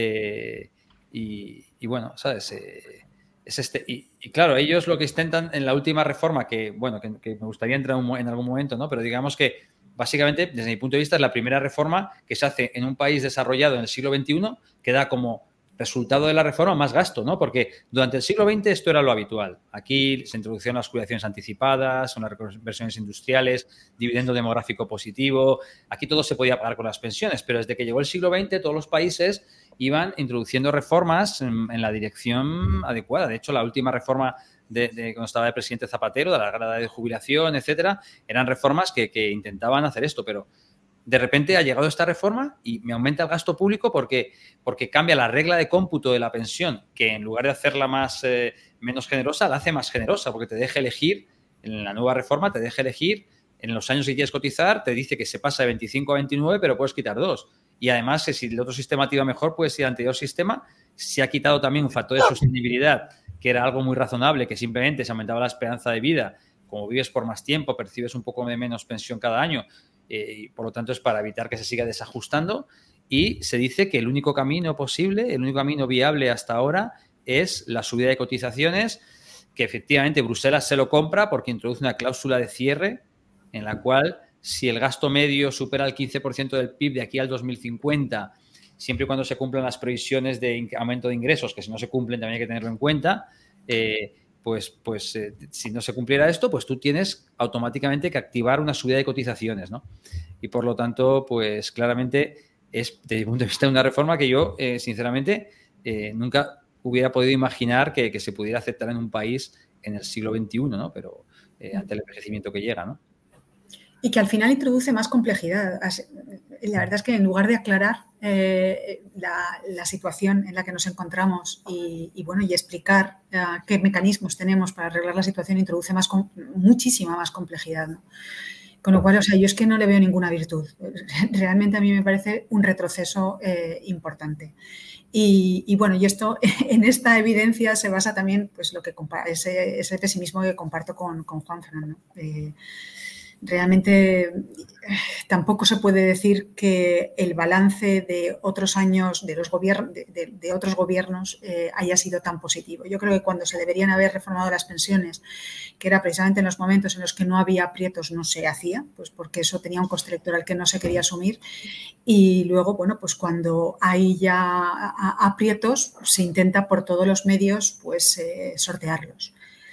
Eh... Y, y bueno, ¿sabes? Eh, es este, y, y claro, ellos lo que intentan en la última reforma, que bueno, que, que me gustaría entrar un, en algún momento, ¿no? Pero digamos que básicamente, desde mi punto de vista, es la primera reforma que se hace en un país desarrollado en el siglo veintiuno, que da como resultado de la reforma más gasto, ¿no? Porque durante el siglo veinte esto era lo habitual. Aquí se introducieron las jubilaciones anticipadas, unas reconversiones industriales, dividendo demográfico positivo. Aquí todo se podía pagar con las pensiones, pero desde que llegó el siglo veinte todos los países iban introduciendo reformas en, en la dirección adecuada. De hecho, la última reforma de, de cuando estaba el presidente Zapatero, de la grada de jubilación, etcétera, eran reformas que, que intentaban hacer esto, pero de repente ha llegado esta reforma y me aumenta el gasto público porque, porque cambia la regla de cómputo de la pensión, que en lugar de hacerla más, eh, menos generosa, la hace más generosa, porque te deja elegir, en la nueva reforma te deja elegir en los años que quieres cotizar, te dice que se pasa de veinticinco a veintinueve, pero puedes quitar dos. Y además, que si el otro sistema te iba mejor, puedes ir al anterior sistema. Se ha quitado también un factor de sostenibilidad, que era algo muy razonable, que simplemente se aumentaba la esperanza de vida. Como vives por más tiempo, percibes un poco de menos pensión cada año. Eh, y por lo tanto es para evitar que se siga desajustando y se dice que el único camino posible, el único camino viable hasta ahora es la subida de cotizaciones, que efectivamente Bruselas se lo compra porque introduce una cláusula de cierre en la cual si el gasto medio supera el quince por ciento del P I B de aquí al dos mil cincuenta, siempre y cuando se cumplan las previsiones de aumento de ingresos, que si no se cumplen también hay que tenerlo en cuenta, eh, pues, pues eh, si no se cumpliera esto, pues tú tienes automáticamente que activar una subida de cotizaciones, ¿no? Y por lo tanto, pues claramente es, desde mi punto de vista, una reforma que yo, eh, sinceramente, eh, nunca hubiera podido imaginar que, que se pudiera aceptar en un país en el siglo veintiuno, ¿no? Pero eh, ante el envejecimiento que llega, ¿no? Y que al final introduce más complejidad. La verdad es que en lugar de aclarar eh, la, la situación en la que nos encontramos y, y bueno, y explicar uh, qué mecanismos tenemos para arreglar la situación, introduce más, muchísima más complejidad, ¿no? Con lo cual, o sea, yo es que no le veo ninguna virtud. Realmente a mí me parece un retroceso eh, importante. Y, y bueno, y esto, en esta evidencia se basa también pues lo que ese, ese pesimismo que comparto con, con Juanfran, ¿no? Eh, Realmente tampoco se puede decir que el balance de otros años de, los gobiernos, de, de, de otros gobiernos eh, haya sido tan positivo. Yo creo que cuando se deberían haber reformado las pensiones, que era precisamente en los momentos en los que no había aprietos, no se hacía, pues porque eso tenía un coste electoral que no se quería asumir. Y luego, bueno, pues cuando hay ya aprietos, se intenta por todos los medios pues eh, sortearlos.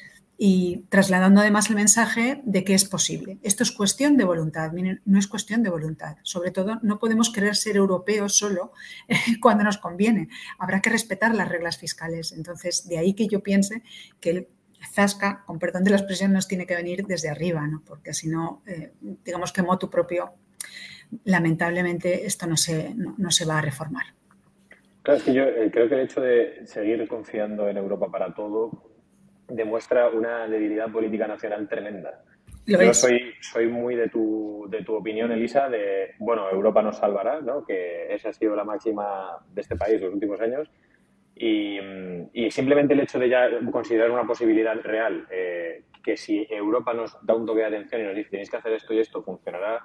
Y trasladando además el mensaje de que es posible. Esto es cuestión de voluntad, miren, no es cuestión de voluntad. Sobre todo, no podemos querer ser europeos solo eh, cuando nos conviene. Habrá que respetar las reglas fiscales. Entonces, de ahí que yo piense que el zasca, con perdón de la expresión, nos tiene que venir desde arriba, ¿no? Porque si no, eh, digamos que motu propio, lamentablemente esto no se, no, no se va a reformar. Claro, es que yo eh, creo que el hecho de seguir confiando en Europa para todo demuestra una debilidad política nacional tremenda. Lo Yo es. soy, soy muy de tu, de tu opinión, Elisa, de, bueno, Europa nos salvará, ¿no? Que esa ha sido la máxima de este país los últimos años. Y, y simplemente el hecho de ya considerar una posibilidad real, eh, que si Europa nos da un toque de atención y nos dice tenéis que hacer esto y esto, funcionará.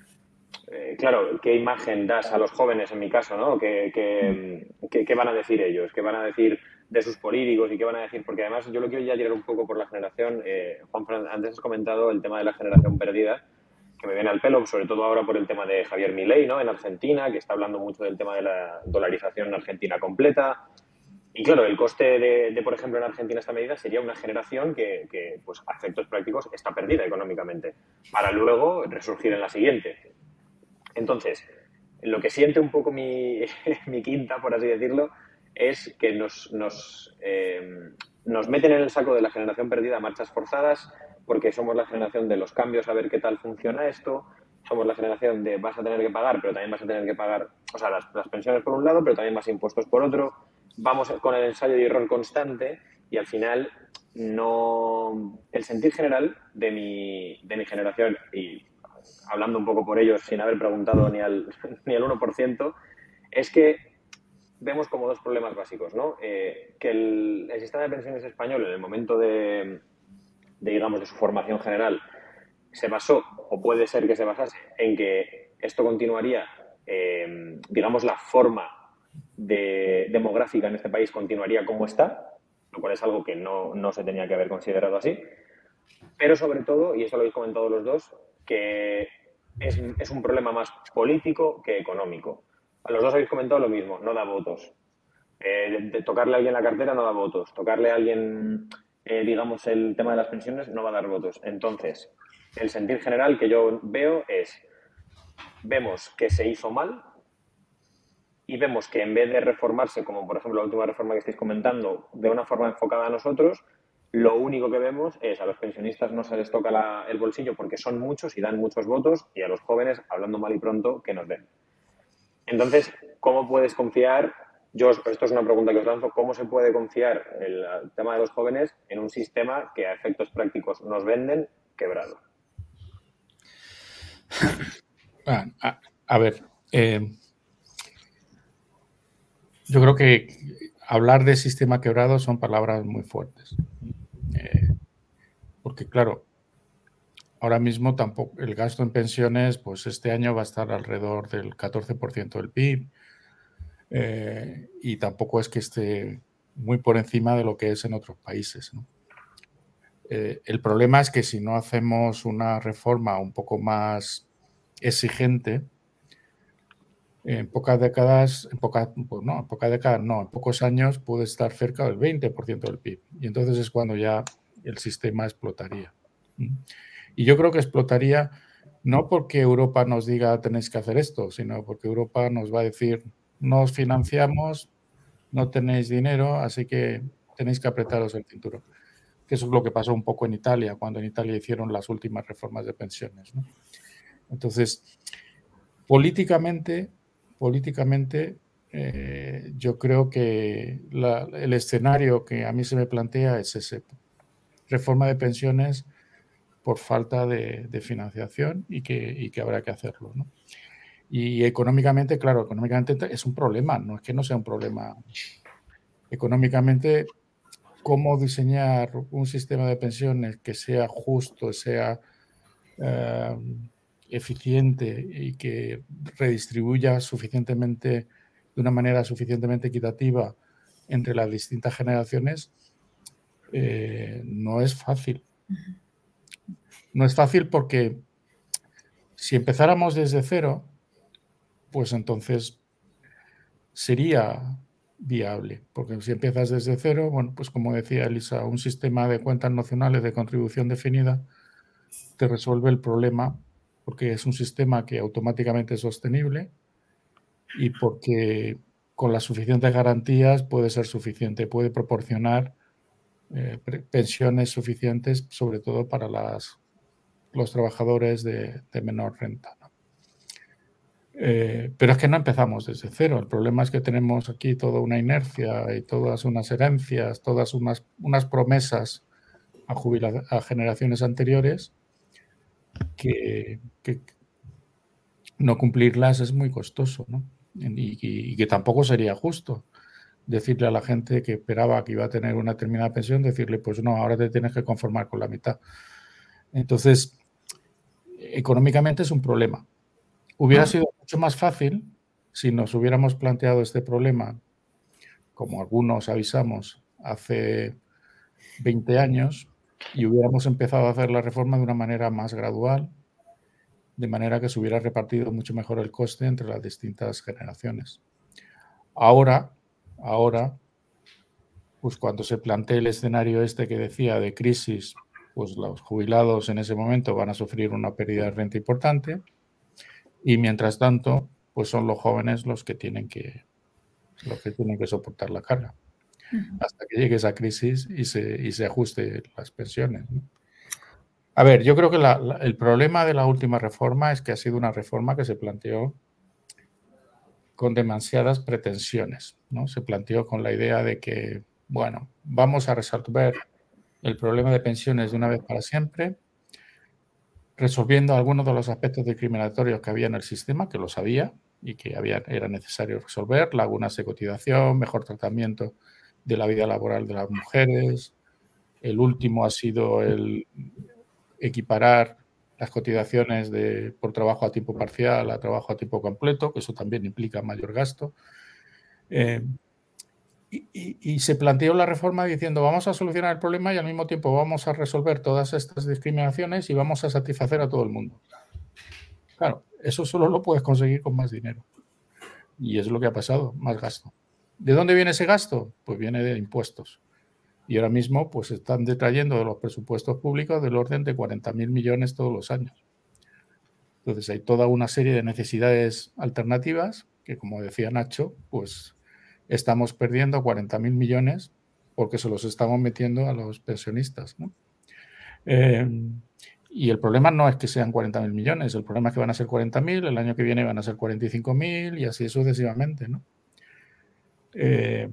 Eh, claro, ¿qué imagen das a los jóvenes en mi caso, ¿no? ¿Qué, qué, qué, qué van a decir ellos? ¿Qué van a decir de sus políticos y qué van a decir? Porque además yo lo quiero ya tirar un poco por la generación. Eh, Juan, antes has comentado el tema de la generación perdida, que me viene al pelo, sobre todo ahora por el tema de Javier Milei, ¿no? En Argentina, que está hablando mucho del tema de la dolarización en Argentina completa. Y claro, el coste de, de, por ejemplo, en Argentina esta medida sería una generación que, que, pues, a efectos prácticos, está perdida económicamente, para luego resurgir en la siguiente. Entonces, lo que siente un poco mi, mi quinta, por así decirlo, es que nos, nos, eh, nos meten en el saco de la generación perdida a marchas forzadas, porque somos la generación de los cambios, a ver qué tal funciona esto, somos la generación de vas a tener que pagar, pero también vas a tener que pagar, o sea, las, las pensiones por un lado, pero también más impuestos por otro. Vamos con el ensayo y error constante y al final no... El sentir general de mi, de mi generación, y hablando un poco por ellos sin haber preguntado ni al, ni al uno por ciento, es que vemos como dos problemas básicos, ¿no? Eh, que el, el sistema de pensiones español en el momento de, de, digamos, de su formación general se basó, o puede ser que se basase, en que esto continuaría, eh, digamos, la forma de, demográfica en este país continuaría como está, lo cual es algo que no, no se tenía que haber considerado así, pero sobre todo, y eso lo habéis comentado los dos, que es, es un problema más político que económico. A los dos habéis comentado lo mismo, no da votos. Eh, de, de tocarle a alguien la cartera no da votos, tocarle a alguien, eh, digamos, el tema de las pensiones no va a dar votos. Entonces, el sentir general que yo veo es, vemos que se hizo mal y vemos que en vez de reformarse, como por ejemplo la última reforma que estáis comentando, de una forma enfocada a nosotros, lo único que vemos es a los pensionistas no se les toca la, el bolsillo porque son muchos y dan muchos votos, y a los jóvenes, hablando mal y pronto, que nos den. Entonces, ¿cómo puedes confiar? Yo, esto es una pregunta que os lanzo, ¿cómo se puede confiar el, el tema de los jóvenes en un sistema que a efectos prácticos nos venden quebrado? A, a, a ver, eh, yo creo que hablar de sistema quebrado son palabras muy fuertes. Eh, porque, claro, ahora mismo tampoco el gasto en pensiones, pues este año va a estar alrededor del catorce por ciento del P I B. Eh, y tampoco es que esté muy por encima de lo que es en otros países, ¿no? Eh, el problema es que si no hacemos una reforma un poco más exigente, en pocas décadas, en pocas, pues no, en pocas décadas no, en pocos años puede estar cerca del veinte por ciento del P I B. Y entonces es cuando ya el sistema explotaría. Y yo creo que explotaría no porque Europa nos diga tenéis que hacer esto, sino porque Europa nos va a decir no os financiamos, no tenéis dinero, así que tenéis que apretaros el cinturón. Que eso es lo que pasó un poco en Italia, cuando en Italia hicieron las últimas reformas de pensiones, ¿no? Entonces, políticamente, políticamente eh, yo creo que la, el escenario que a mí se me plantea es ese. Reforma de pensiones por falta de, de financiación y que, y que habrá que hacerlo, ¿no? Y económicamente, claro, económicamente es un problema, no es que no sea un problema. Económicamente, cómo diseñar un sistema de pensiones que sea justo, sea eh, eficiente y que redistribuya suficientemente, de una manera suficientemente equitativa entre las distintas generaciones, eh, no es fácil. No es fácil porque si empezáramos desde cero, pues entonces sería viable, porque si empiezas desde cero, bueno, pues como decía Elisa, un sistema de cuentas nacionales de contribución definida te resuelve el problema porque es un sistema que automáticamente es sostenible y porque con las suficientes garantías puede ser suficiente, puede proporcionar eh, pensiones suficientes, sobre todo para las, los trabajadores de, de menor renta, ¿no? Eh, pero es que no empezamos desde cero. El problema es que tenemos aquí toda una inercia y todas unas herencias, todas unas, unas promesas a, jubila- a generaciones anteriores que, que no cumplirlas es muy costoso, ¿no? Y, y, y que tampoco sería justo decirle a la gente que esperaba que iba a tener una determinada pensión, decirle, pues no, ahora te tienes que conformar con la mitad. Entonces, económicamente es un problema. Hubiera sido mucho más fácil si nos hubiéramos planteado este problema, como algunos avisamos, hace veinte años, y hubiéramos empezado a hacer la reforma de una manera más gradual, de manera que se hubiera repartido mucho mejor el coste entre las distintas generaciones. Ahora, ahora, pues cuando se plantee el escenario este que decía de crisis, pues los jubilados en ese momento van a sufrir una pérdida de renta importante y mientras tanto, pues son los jóvenes los que tienen que, los que, tienen que soportar la carga uh-huh. hasta que llegue esa crisis y se, y se ajuste las pensiones, ¿no? A ver, yo creo que la, la, el problema de la última reforma es que ha sido una reforma que se planteó con demasiadas pretensiones, ¿no? Se planteó con la idea de que, bueno, vamos a resolver el problema de pensiones de una vez para siempre, resolviendo algunos de los aspectos discriminatorios que había en el sistema, que lo sabía y que había, era necesario resolver, lagunas de cotización, mejor tratamiento de la vida laboral de las mujeres. El último ha sido el equiparar las cotizaciones de, por trabajo a tiempo parcial a trabajo a tiempo completo, que eso también implica mayor gasto. Eh, y, y, y se planteó la reforma diciendo vamos a solucionar el problema y al mismo tiempo vamos a resolver todas estas discriminaciones y vamos a satisfacer a todo el mundo. Claro, eso solo lo puedes conseguir con más dinero. Y es lo que ha pasado, más gasto. ¿De dónde viene ese gasto? Pues viene de impuestos. Y ahora mismo pues están detrayendo de los presupuestos públicos del orden de cuarenta mil millones todos los años. Entonces hay toda una serie de necesidades alternativas que, como decía Nacho, pues estamos perdiendo cuarenta mil millones porque se los estamos metiendo a los pensionistas, ¿no? Eh, y el problema no es que sean cuarenta mil millones, el problema es que van a ser cuarenta mil, el año que viene van a ser cuarenta y cinco mil y así sucesivamente, ¿no? Eh,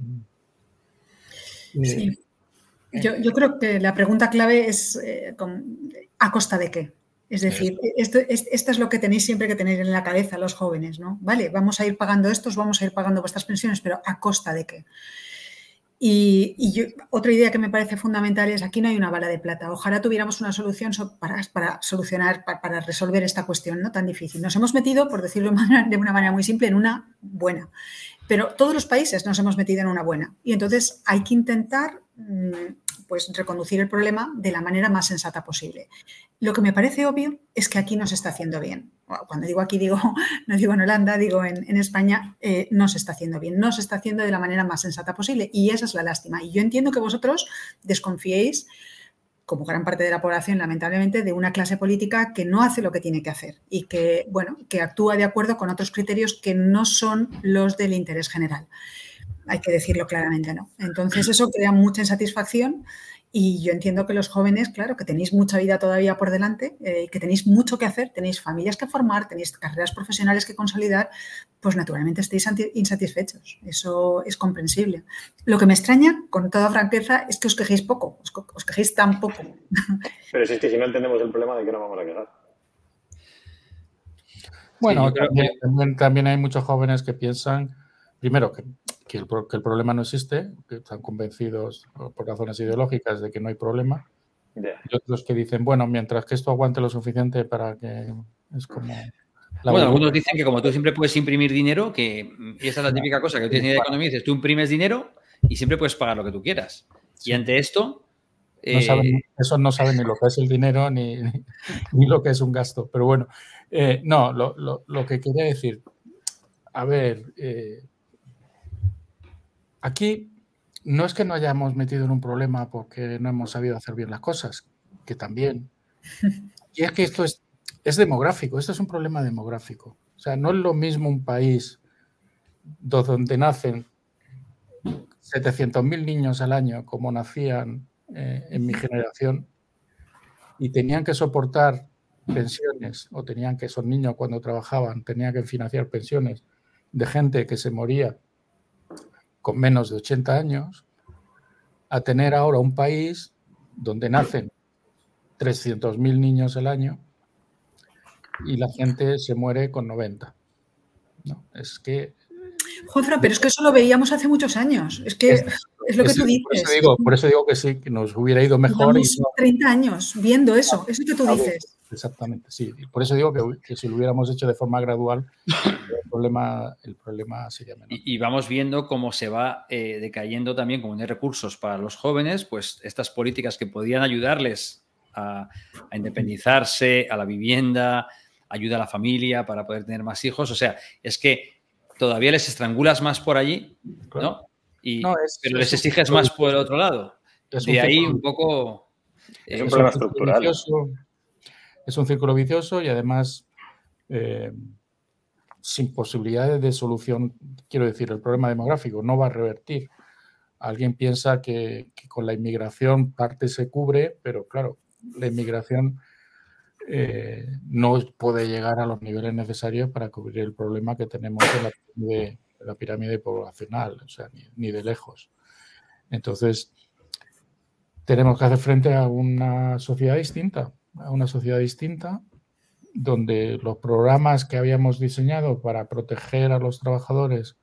sí. Yo, yo creo que la pregunta clave es eh, con, ¿a costa de qué? Es decir, esto, esto es lo que tenéis siempre que tener en la cabeza los jóvenes, ¿no? Vale, vamos a ir pagando estos, vamos a ir pagando vuestras pensiones, pero ¿a costa de qué? Y, y yo, otra idea que me parece fundamental es aquí no hay una bala de plata. Ojalá tuviéramos una solución para, para solucionar, para, para resolver esta cuestión no tan difícil. Nos hemos metido, por decirlo de una manera muy simple, en una buena. Pero todos los países nos hemos metido en una buena. Y entonces hay que intentar pues, reconducir el problema de la manera más sensata posible. Lo que me parece obvio es que aquí no se está haciendo bien. Cuando digo aquí, digo, no digo en Holanda, digo en, en España, eh, no se está haciendo bien. No se está haciendo de la manera más sensata posible. Y esa es la lástima. Y yo entiendo que vosotros desconfiéis, como gran parte de la población, lamentablemente, de una clase política que no hace lo que tiene que hacer y que, bueno, que actúa de acuerdo con otros criterios que no son los del interés general. Hay que decirlo claramente, ¿no? Entonces, eso crea mucha insatisfacción y yo entiendo que los jóvenes, claro, que tenéis mucha vida todavía por delante, eh, que tenéis mucho que hacer, tenéis familias que formar, tenéis carreras profesionales que consolidar, pues naturalmente estáis insatisfechos. Eso es comprensible. Lo que me extraña, con toda franqueza, es que os quejéis poco, os, os quejéis tan poco. Pero si es que si no entendemos el problema, ¿de qué nos vamos a quejar? Bueno, sí, también, que... también, también hay muchos jóvenes que piensan, primero, que, que, el, que el problema no existe, que están convencidos por razones ideológicas de que no hay problema, yeah. y otros que dicen, bueno, mientras que esto aguante lo suficiente para que es como... Bueno, algunos dicen que como tú siempre puedes imprimir dinero, que y esa es la típica cosa que no tienes ni idea de economía, dices, tú imprimes dinero y siempre puedes pagar lo que tú quieras. Sí. Y ante esto... No saben, eh... Eso no saben ni lo que es el dinero ni, ni, ni lo que es un gasto. Pero bueno, eh, no, lo, lo, lo que quería decir, a ver, eh, aquí no es que no hayamos metido en un problema porque no hemos sabido hacer bien las cosas, que también. Y es que esto es, es demográfico, esto es un problema demográfico. O sea, no es lo mismo un país donde nacen setecientos mil niños al año como nacían eh, en mi generación y tenían que soportar pensiones o tenían que, esos niños cuando trabajaban, tenían que financiar pensiones de gente que se moría con menos de ochenta años, a tener ahora un país donde nacen trescientos mil niños al año y la gente se muere con noventa. ¿No? Es que... Juanfran, pero es que eso lo veíamos hace muchos años. Es que es, es lo que es, tú dices. Por eso, digo, por eso digo que sí, que nos hubiera ido mejor. Llevamos y no... treinta años viendo eso, eso que tú dices. Exactamente, sí. Por eso digo que, que si lo hubiéramos hecho de forma gradual, el problema, el problema sería menor. Y, y vamos viendo cómo se va eh, decayendo también, como no hay recursos para los jóvenes, pues estas políticas que podían ayudarles a, a independizarse, a la vivienda, ayuda a la familia para poder tener más hijos. O sea, es que todavía les estrangulas más por allí, claro. ¿no? Y, no es, pero les exiges más por el otro lado. De ahí un poco... Es un problema estructural. Vicioso, es un círculo vicioso y además eh, sin posibilidades de solución. Quiero decir, el problema demográfico no va a revertir. Alguien piensa que, que con la inmigración parte se cubre, pero claro, la inmigración eh, no puede llegar a los niveles necesarios para cubrir el problema que tenemos en la pirámide, en la pirámide poblacional, o sea, ni, ni de lejos. Entonces, tenemos que hacer frente a una sociedad distinta, a una sociedad distinta donde los programas que habíamos diseñado para proteger a los trabajadores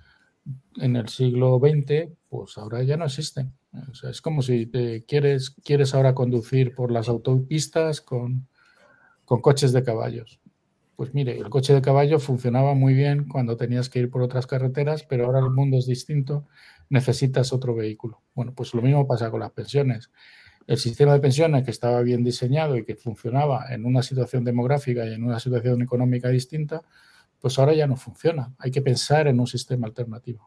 en el siglo veinte, pues ahora ya no existen. O sea, es como si te quieres, quieres ahora conducir por las autopistas con, con coches de caballos. Pues mire, el coche de caballo funcionaba muy bien cuando tenías que ir por otras carreteras, pero ahora el mundo es distinto, necesitas otro vehículo. Bueno, pues lo mismo pasa con las pensiones. El sistema de pensiones que estaba bien diseñado y que funcionaba en una situación demográfica y en una situación económica distinta, pues ahora ya no funciona. Hay que pensar en un sistema alternativo.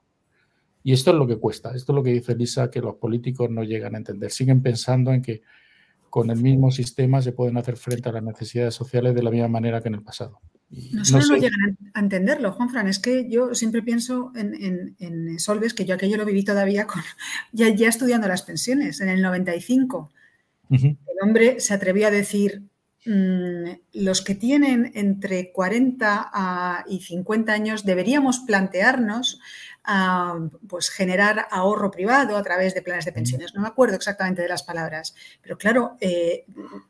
Y esto es lo que cuesta. Esto es lo que dice Lisa, que los políticos no llegan a entender. Siguen pensando en que con el mismo sistema se pueden hacer frente a las necesidades sociales de la misma manera que en el pasado. Y no solo no, sé... no llegan a entenderlo, Juanfran, es que yo siempre pienso en, en, en Solves, que yo aquello lo viví todavía con, ya, ya estudiando las pensiones, en el noventa y cinco. Uh-huh. El hombre se atrevió a decir, mmm, los que tienen entre cuarenta y cincuenta años deberíamos plantearnos uh, pues generar ahorro privado a través de planes de pensiones. No me acuerdo exactamente de las palabras, pero claro, eh,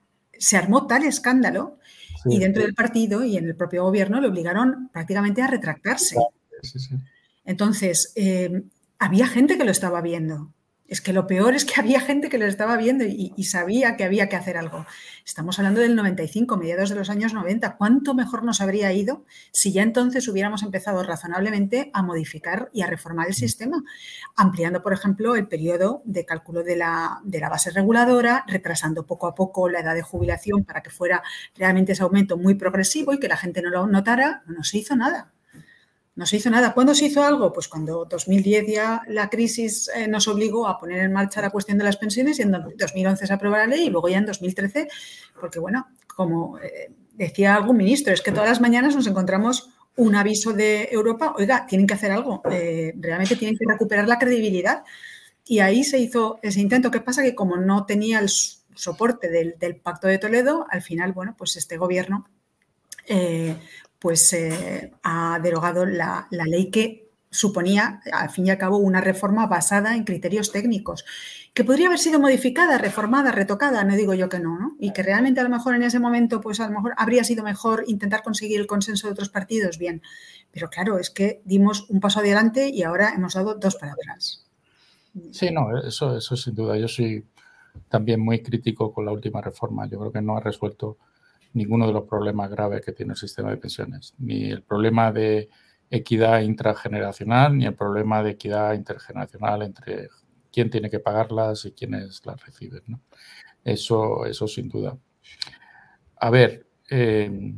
se armó tal escándalo. Sí, y dentro sí. del partido y en el propio gobierno le obligaron prácticamente a retractarse. Sí, sí. Entonces, eh, había gente que lo estaba viendo. Es que lo peor es que había gente que lo estaba viendo y, y sabía que había que hacer algo. Estamos hablando del noventa y cinco, mediados de los años noventa. ¿Cuánto mejor nos habría ido si ya entonces hubiéramos empezado razonablemente a modificar y a reformar el sistema? Ampliando, por ejemplo, el periodo de cálculo de la, de la base reguladora, retrasando poco a poco la edad de jubilación para que fuera realmente ese aumento muy progresivo y que la gente no lo notara. No se hizo nada. No se hizo nada. ¿Cuándo se hizo algo? Pues cuando dos mil diez ya la crisis eh, nos obligó a poner en marcha la cuestión de las pensiones y en dos mil once se aprobó la ley y luego ya en dos mil trece, porque bueno, como eh, decía algún ministro, es que todas las mañanas nos encontramos un aviso de Europa, oiga, tienen que hacer algo, eh, realmente tienen que recuperar la credibilidad. Y ahí se hizo ese intento. ¿Qué pasa? Que como no tenía el soporte del, del Pacto de Toledo, al final, bueno, pues este gobierno eh, pues eh, ha derogado la, la ley que suponía, al fin y al cabo, una reforma basada en criterios técnicos, que podría haber sido modificada, reformada, retocada, no digo yo que no, ¿no? Y que realmente a lo mejor en ese momento, pues a lo mejor habría sido mejor intentar conseguir el consenso de otros partidos, bien. Pero claro, es que dimos un paso adelante y ahora hemos dado dos para atrás. Sí, no, eso, eso sin duda. Yo soy también muy crítico con la última reforma. Yo creo que no ha resuelto ninguno de los problemas graves que tiene el sistema de pensiones, ni el problema de equidad intrageneracional, ni el problema de equidad intergeneracional entre quién tiene que pagarlas y quiénes las reciben, ¿no? Eso, eso sin duda. A ver, eh,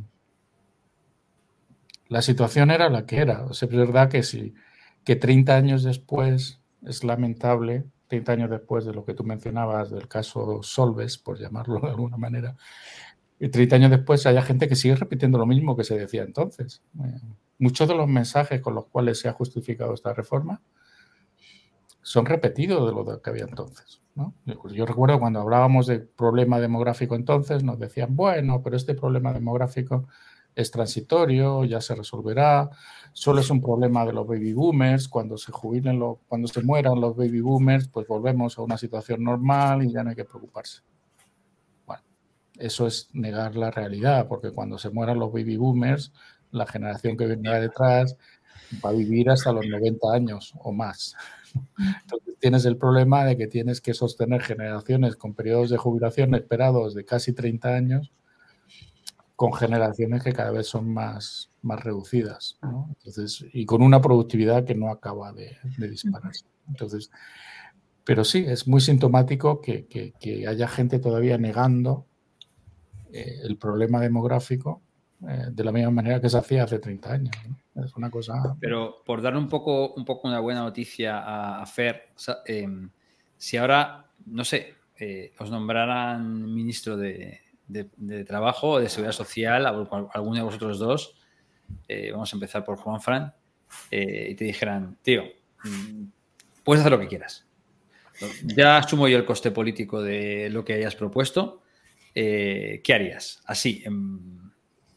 la situación era la que era. O sea, es verdad que sí, que treinta años después es lamentable, treinta años después de lo que tú mencionabas del caso Solves, por llamarlo de alguna manera, y treinta años después haya gente que sigue repitiendo lo mismo que se decía entonces. Eh, muchos de los mensajes con los cuales se ha justificado esta reforma son repetidos de lo que había entonces, ¿no? Yo, yo recuerdo cuando hablábamos del problema demográfico entonces, nos decían, bueno, pero este problema demográfico es transitorio, ya se resolverá, solo es un problema de los baby boomers, cuando se jubilen, los, cuando se mueran los baby boomers, pues volvemos a una situación normal y ya no hay que preocuparse. Bueno, eso es negar la realidad, porque cuando se mueran los baby boomers, la generación que vendrá detrás va a vivir hasta los noventa años o más. Entonces tienes el problema de que tienes que sostener generaciones con periodos de jubilación esperados de casi treinta años con generaciones que cada vez son más, más reducidas, ¿no? Entonces, y con una productividad que no acaba de, de dispararse. Entonces, pero sí, es muy sintomático que, que, que haya gente todavía negando eh, el problema demográfico eh, de la misma manera que se hacía hace treinta años, ¿no? Es una cosa... Pero por darle un poco, un poco una buena noticia a, a Fer, o sea, eh, si ahora, no sé, eh, os nombraran ministro de, de, de Trabajo o de Seguridad Social, alguno de vosotros dos, eh, vamos a empezar por Juanfran, eh, y te dijeran, tío, puedes hacer lo que quieras. Ya asumo yo el coste político de lo que hayas propuesto. Eh, ¿Qué harías? Así, en...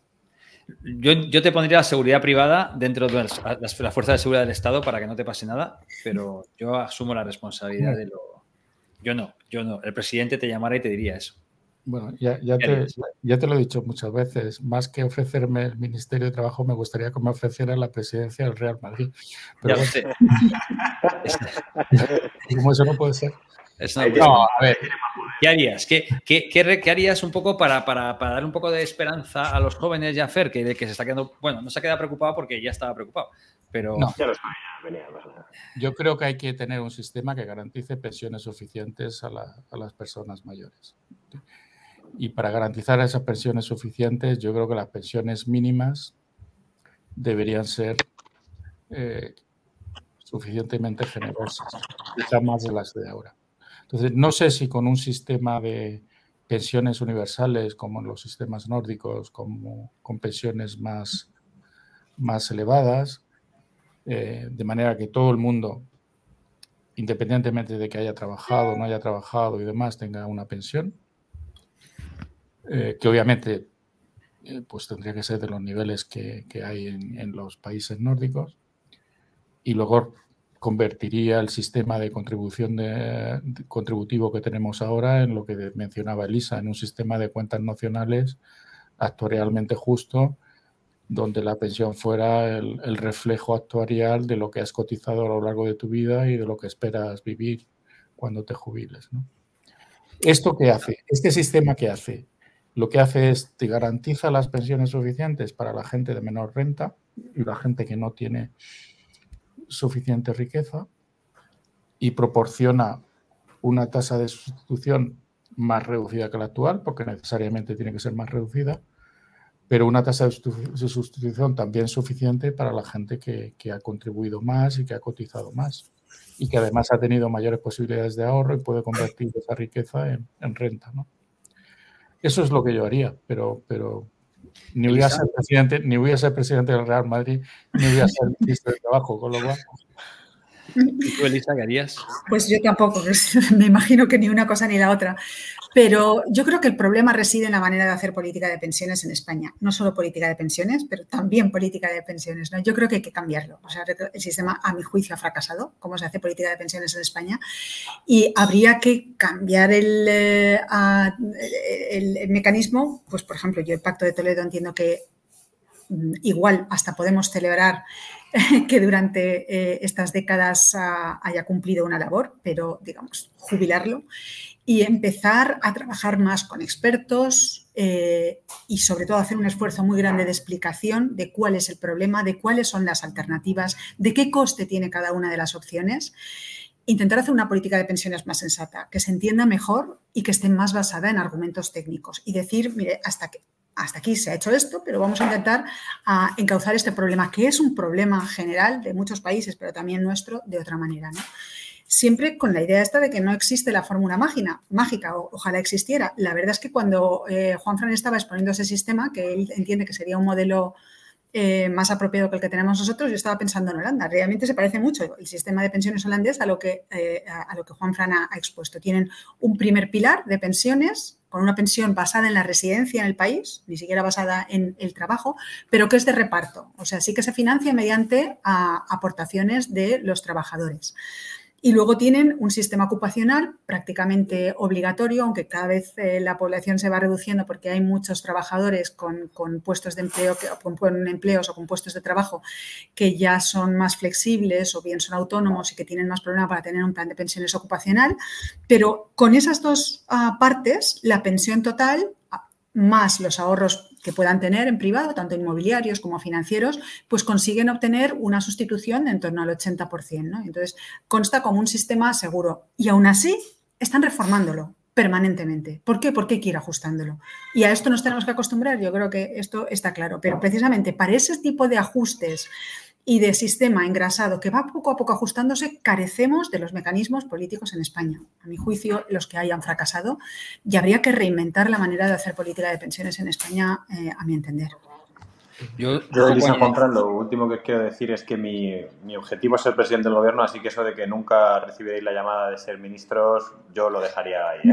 Yo, yo te pondría la seguridad privada dentro de las, las, la fuerza de seguridad del Estado para que no te pase nada, pero yo asumo la responsabilidad de lo... Yo no, yo no. El presidente te llamara y te diría eso. Bueno, ya, ya, te, ya te lo he dicho muchas veces. Más que ofrecerme el Ministerio de Trabajo, me gustaría que me ofreciera la presidencia del Real Madrid. Pero ya bueno, lo sé. ¿Cómo eso no puede ser? Eso no, no, a ver, ¿qué harías? ¿Qué, qué, qué, qué harías un poco para, para, para dar un poco de esperanza a los jóvenes ya, Fer, que, que se está quedando, bueno, no se ha quedado preocupado porque ya estaba preocupado, pero... No, ya lo sabía, venía, venía. Yo creo que hay que tener un sistema que garantice pensiones suficientes a, la, a las personas mayores. Y para garantizar esas pensiones suficientes, yo creo que las pensiones mínimas deberían ser eh, suficientemente generosas, quizá más de las de ahora. Entonces, no sé si con un sistema de pensiones universales como en los sistemas nórdicos, como con pensiones más, más elevadas, eh, de manera que todo el mundo, independientemente de que haya trabajado o no haya trabajado y demás, tenga una pensión, eh, que obviamente eh, pues tendría que ser de los niveles que, que hay en, en los países nórdicos, y luego convertiría el sistema de contribución de, de contributivo que tenemos ahora en lo que mencionaba Elisa, en un sistema de cuentas nacionales actuarialmente justo, donde la pensión fuera el, el reflejo actuarial de lo que has cotizado a lo largo de tu vida y de lo que esperas vivir cuando te jubiles, ¿no? ¿Esto qué hace? Este sistema, ¿qué hace? Lo que hace es te garantiza las pensiones suficientes para la gente de menor renta y la gente que no tiene suficiente riqueza, y proporciona una tasa de sustitución más reducida que la actual, porque necesariamente tiene que ser más reducida, pero una tasa de sustitución también suficiente para la gente que, que ha contribuido más y que ha cotizado más, y que además ha tenido mayores posibilidades de ahorro y puede convertir esa riqueza en, en renta, ¿no? Eso es lo que yo haría, pero, pero ni voy a ser presidente, ni voy a ser presidente del Real Madrid, ni voy a ser ministro de Trabajo, con lo cual... ¿Y tú, Elisa, qué harías? Pues yo tampoco, me imagino que ni una cosa ni la otra. Pero yo creo que el problema reside en la manera de hacer política de pensiones en España. No solo política de pensiones, pero también política de pensiones, ¿no? Yo creo que hay que cambiarlo. O sea, el sistema, a mi juicio, ha fracasado, cómo se hace política de pensiones en España, y habría que cambiar el, eh, el, el mecanismo. Pues, por ejemplo, yo el Pacto de Toledo entiendo que igual hasta podemos celebrar que durante eh, estas décadas uh, haya cumplido una labor, pero, digamos, jubilarlo y empezar a trabajar más con expertos eh, y, sobre todo, hacer un esfuerzo muy grande de explicación de cuál es el problema, de cuáles son las alternativas, de qué coste tiene cada una de las opciones. Intentar hacer una política de pensiones más sensata, que se entienda mejor y que esté más basada en argumentos técnicos. Y decir, mire, hasta que hasta aquí se ha hecho esto, pero vamos a intentar a encauzar este problema, que es un problema general de muchos países, pero también nuestro, de otra manera, ¿no? Siempre con la idea esta de que no existe la fórmula mágica, mágica o, ojalá existiera. La verdad es que cuando eh, Juanfran estaba exponiendo ese sistema, que él entiende que sería un modelo eh, más apropiado que el que tenemos nosotros, yo estaba pensando en Holanda. Realmente se parece mucho el sistema de pensiones holandés a lo que, eh, a, a lo que Juanfran ha, ha expuesto. Tienen un primer pilar de pensiones con una pensión basada en la residencia en el país, ni siquiera basada en el trabajo, pero que es de reparto. O sea, sí que se financia mediante a, aportaciones de los trabajadores. Y luego tienen un sistema ocupacional prácticamente obligatorio, aunque cada vez eh, la población se va reduciendo porque hay muchos trabajadores con, con puestos de empleo, con, con empleos o con puestos de trabajo que ya son más flexibles o bien son autónomos y que tienen más problema para tener un plan de pensiones ocupacional. Pero con esas dos uh, partes, la pensión total más los ahorros que puedan tener en privado, tanto inmobiliarios como financieros, pues consiguen obtener una sustitución de en torno al ochenta por ciento, ¿no? Entonces, consta como un sistema seguro. Y aún así, están reformándolo permanentemente. ¿Por qué? Porque hay que ir ajustándolo. Y a esto nos tenemos que acostumbrar, yo creo que esto está claro. Pero precisamente para ese tipo de ajustes y de sistema engrasado que va poco a poco ajustándose, carecemos de los mecanismos políticos en España. A mi juicio, los que hayan fracasado, y habría que reinventar la manera de hacer política de pensiones en España, eh, a mi entender. Yo, yo Elisa Juan Fran, lo último que quiero decir es que mi, mi objetivo es ser presidente del gobierno, así que eso de que nunca recibiréis la llamada de ser ministros, yo lo dejaría ahí,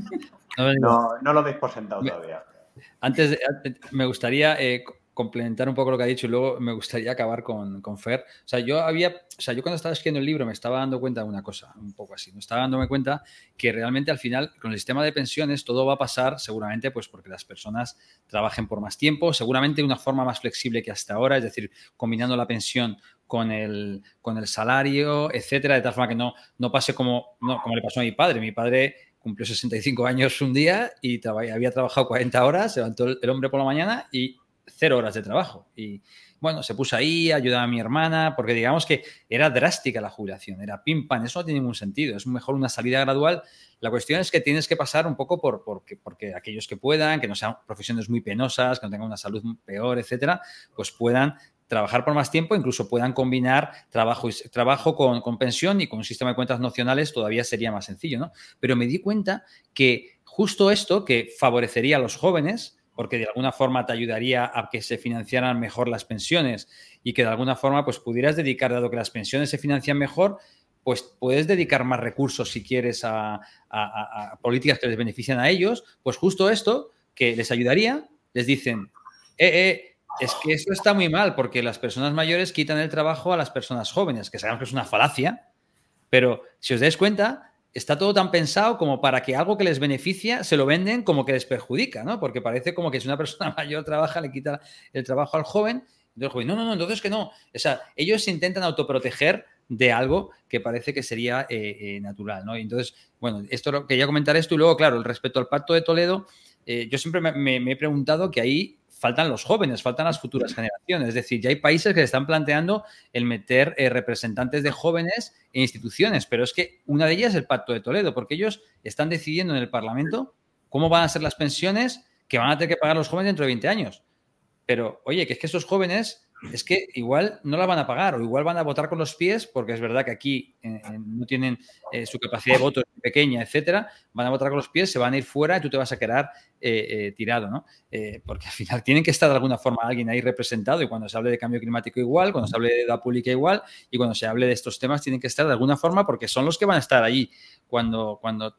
¿eh? No, no lo deis por sentado todavía. Antes, de, me gustaría eh, complementar un poco lo que ha dicho y luego me gustaría acabar con, con Fer. O sea, yo había, o sea, yo cuando estaba escribiendo el libro me estaba dando cuenta de una cosa, un poco así, me estaba dándome cuenta que realmente al final con el sistema de pensiones todo va a pasar seguramente pues porque las personas trabajen por más tiempo, seguramente de una forma más flexible que hasta ahora, es decir, combinando la pensión con el, con el salario, etcétera, de tal forma que no, no pase como, no, como le pasó a mi padre. Mi padre cumplió sesenta y cinco años un día y traba, había trabajado cuarenta horas, se levantó el, el hombre por la mañana y cero horas de trabajo. Y bueno, se puso ahí, ayudaba a mi hermana, porque digamos que era drástica la jubilación, era pim pam, eso no tiene ningún sentido, es mejor una salida gradual. La cuestión es que tienes que pasar un poco por porque, porque aquellos que puedan, que no sean profesiones muy penosas, que no tengan una salud peor, etcétera, pues puedan trabajar por más tiempo, incluso puedan combinar trabajo, y, trabajo con, con pensión y con un sistema de cuentas nacionales todavía sería más sencillo, ¿no? Pero me di cuenta que justo esto, que favorecería a los jóvenes, porque de alguna forma te ayudaría a que se financiaran mejor las pensiones y que de alguna forma pues pudieras dedicar, dado que las pensiones se financian mejor, pues puedes dedicar más recursos si quieres a, a, a, a políticas que les benefician a ellos, pues justo esto que les ayudaría, les dicen, eh, eh, es que eso está muy mal porque las personas mayores quitan el trabajo a las personas jóvenes, que sabemos que es una falacia, pero si os dais cuenta, está todo tan pensado como para que algo que les beneficia se lo venden como que les perjudica, ¿no? Porque parece como que si una persona mayor trabaja, le quita el trabajo al joven. Entonces, el joven, no, no, no, entonces que no. O sea, ellos se intentan autoproteger de algo que parece que sería eh, eh, natural, ¿no? Y entonces, bueno, esto lo, quería comentar esto y luego, claro, respecto al Pacto de Toledo, eh, yo siempre me, me, me he preguntado que ahí faltan los jóvenes, faltan las futuras generaciones. Es decir, ya hay países que se están planteando el meter eh, representantes de jóvenes en instituciones, pero es que una de ellas es el Pacto de Toledo, porque ellos están decidiendo en el Parlamento cómo van a ser las pensiones que van a tener que pagar los jóvenes dentro de veinte años. Pero, oye, que es que esos jóvenes es que igual no la van a pagar o igual van a votar con los pies, porque es verdad que aquí eh, no tienen eh, su capacidad de voto pequeña, etcétera, van a votar con los pies, se van a ir fuera y tú te vas a quedar eh, eh, tirado, ¿no? Eh, porque al final tienen que estar de alguna forma alguien ahí representado y cuando se hable de cambio climático igual, cuando se hable de deuda pública igual y cuando se hable de estos temas tienen que estar de alguna forma porque son los que van a estar allí cuando, cuando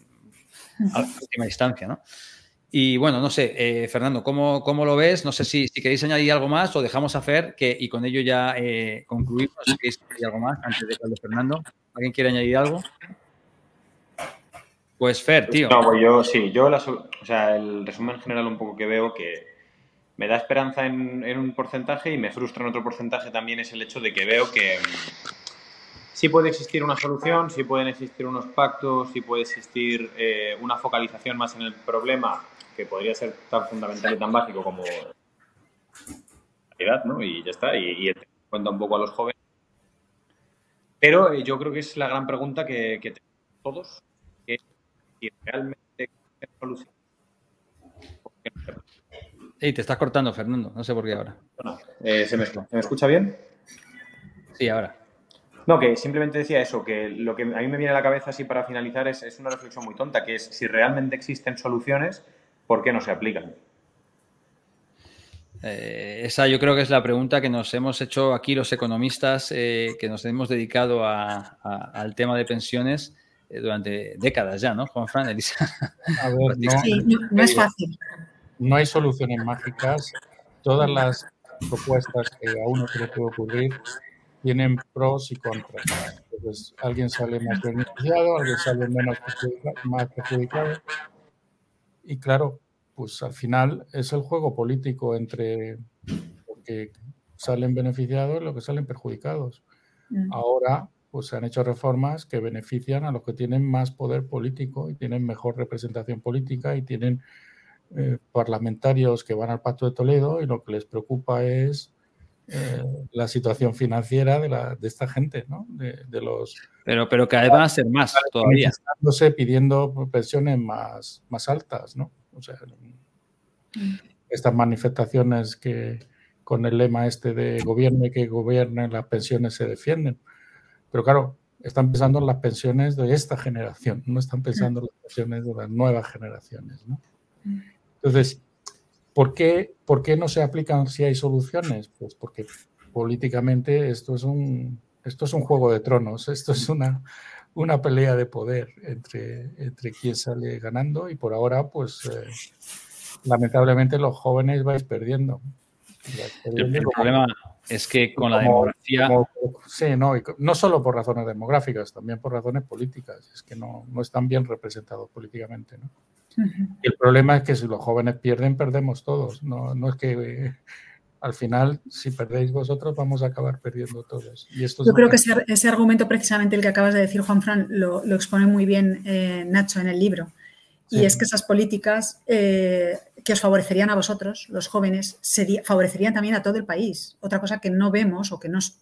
a la última instancia, ¿no? Y bueno, no sé, eh, Fernando, ¿cómo, ¿cómo lo ves? No sé si, si queréis añadir algo más o dejamos a Fer que, y con ello ya eh, concluimos. Si queréis añadir algo más antes de que hable Fernando. ¿Alguien quiere añadir algo? Pues Fer, tío. No, pues yo sí, yo la, o sea, el resumen general un poco que veo que me da esperanza en, en un porcentaje y me frustra en otro porcentaje también es el hecho de que veo que sí puede existir una solución, sí pueden existir unos pactos, sí puede existir eh, una focalización más en el problema que podría ser tan fundamental y tan básico como la calidad, ¿no? Y ya está, y, y cuenta un poco a los jóvenes. Pero eh, yo creo que es la gran pregunta que, que tenemos todos, que es si realmente existen soluciones. Hey, te estás cortando, Fernando, no sé por qué ahora. Bueno, eh, ¿se, me, ¿Se me escucha bien? Sí, ahora. No, que simplemente decía eso, que lo que a mí me viene a la cabeza así para finalizar es, es una reflexión muy tonta, que es si realmente existen soluciones, ¿por qué no se aplican? Eh, esa yo creo que es la pregunta que nos hemos hecho aquí los economistas eh, que nos hemos dedicado a, a, al tema de pensiones durante décadas ya, ¿no, Juanfran, Elisa? A ver, no, sí, no, no es fácil. No hay soluciones mágicas. Todas las propuestas que a uno se le puede ocurrir tienen pros y contras. Entonces, alguien sale más beneficiado, alguien sale menos perjudica, más perjudicado. Y claro, pues al final es el juego político entre los que salen beneficiados y los que salen perjudicados. Mm. Ahora, pues se han hecho reformas que benefician a los que tienen más poder político y tienen mejor representación política y tienen eh, parlamentarios que van al Pacto de Toledo y lo que les preocupa es eh, la situación financiera de, la, de esta gente, ¿no? De, de los... Pero, pero cada vez van a ser más todavía. Pidiendo pensiones más, más altas, ¿no? O sea, estas manifestaciones que con el lema este de gobierne que gobierne, las pensiones se defienden. Pero claro, están pensando en las pensiones de esta generación, no están pensando en las pensiones de las nuevas generaciones, ¿no? Entonces, ¿por qué, ¿por qué no se aplican si hay soluciones? Pues porque políticamente esto es un, esto es un juego de tronos, esto es una, una pelea de poder entre, entre quien sale ganando y por ahora, pues, eh, lamentablemente los jóvenes vais perdiendo. Vais perdiendo el, el como, problema es que con como, la demografía... Como, sí, no, y no solo por razones demográficas, también por razones políticas, es que no, no están bien representados políticamente, ¿no? Y el problema es que si los jóvenes pierden, perdemos todos. No, no es que eh, al final, si perdéis vosotros, vamos a acabar perdiendo todos. Y esto Yo es creo que ese, ese argumento, precisamente el que acabas de decir, Juanfran, lo, lo expone muy bien eh, Nacho en el libro. Y sí. Es que esas políticas eh, que os favorecerían a vosotros, los jóvenes, sería, favorecerían también a todo el país. Otra cosa que no vemos o que nos...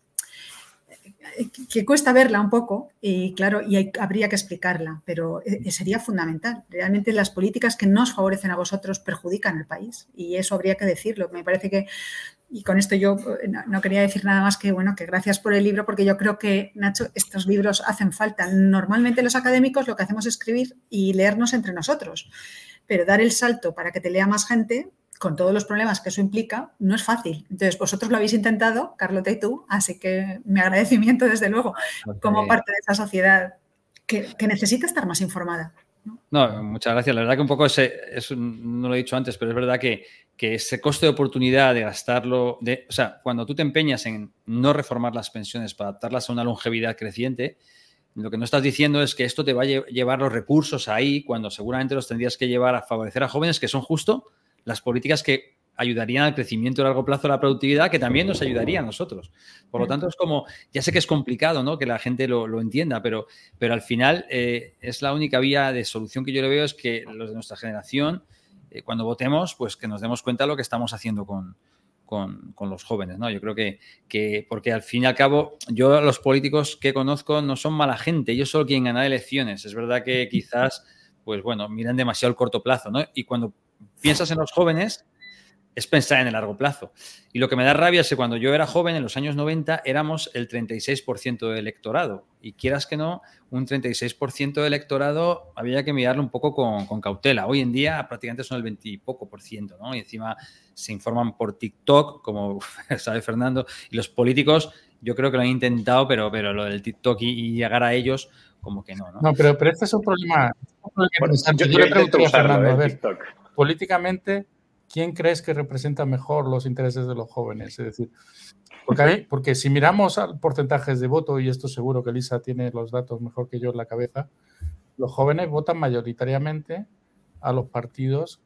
que cuesta verla un poco y claro, y hay, habría que explicarla, pero sería fundamental. Realmente las políticas que nos favorecen a vosotros perjudican al país y eso habría que decirlo. Me parece que, y con esto yo no, no quería decir nada más que, bueno, que gracias por el libro, porque yo creo que, Nacho, estos libros hacen falta. Normalmente los académicos lo que hacemos es escribir y leernos entre nosotros, pero dar el salto para que te lea más gente, con todos los problemas que eso implica, no es fácil. Entonces, vosotros lo habéis intentado, Carlota y tú, así que mi agradecimiento, desde luego, okay. como parte de esa sociedad que, que necesita estar más informada. ¿no? No, muchas gracias. La verdad que un poco ese, eso no lo he dicho antes, pero es verdad que, que ese coste de oportunidad de gastarlo, de, o sea, cuando tú te empeñas en no reformar las pensiones para adaptarlas a una longevidad creciente, lo que no estás diciendo es que esto te va a llevar los recursos ahí cuando seguramente los tendrías que llevar a favorecer a jóvenes que son justo las políticas que ayudarían al crecimiento a largo plazo de la productividad, que también nos ayudaría a nosotros. Por lo tanto, es como, ya sé que es complicado, ¿no?, que la gente lo, lo entienda, pero, pero al final eh, es la única vía de solución que yo le veo, es que los de nuestra generación, eh, cuando votemos, pues que nos demos cuenta de lo que estamos haciendo con, con, con los jóvenes, ¿no? Yo creo que, que, porque al fin y al cabo, yo los políticos que conozco no son mala gente, ellos solo quieren ganar elecciones. Es verdad que quizás, pues bueno, miran demasiado el corto plazo, ¿no? Y cuando piensas en los jóvenes, es pensar en el largo plazo. Y lo que me da rabia es que cuando yo era joven, en los años noventa, éramos el treinta y seis por ciento del electorado. Y quieras que no, un treinta y seis por ciento del electorado había que mirarlo un poco con, con cautela. Hoy en día prácticamente son el veinte y poco por ciento, ¿no? Y encima se informan por TikTok, como sabe Fernando, y los políticos yo creo que lo han intentado, pero, pero lo del TikTok y, y llegar a ellos, como que no, ¿no? No, pero, pero este es un problema. Un problema bueno, yo, yo, yo le preguntaría a Fernando, a ver, TikTok. Políticamente, ¿quién crees que representa mejor los intereses de los jóvenes? Es decir, porque, a mí, porque si miramos a porcentajes de voto, y esto seguro que Elisa tiene los datos mejor que yo en la cabeza, los jóvenes votan mayoritariamente a los partidos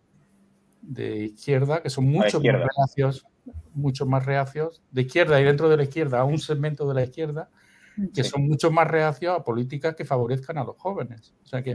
de izquierda, que son mucho más reacios, mucho más reacios, de izquierda y dentro de la izquierda, a un segmento de la izquierda, que sí. son mucho más reacios a políticas que favorezcan a los jóvenes. O sea que...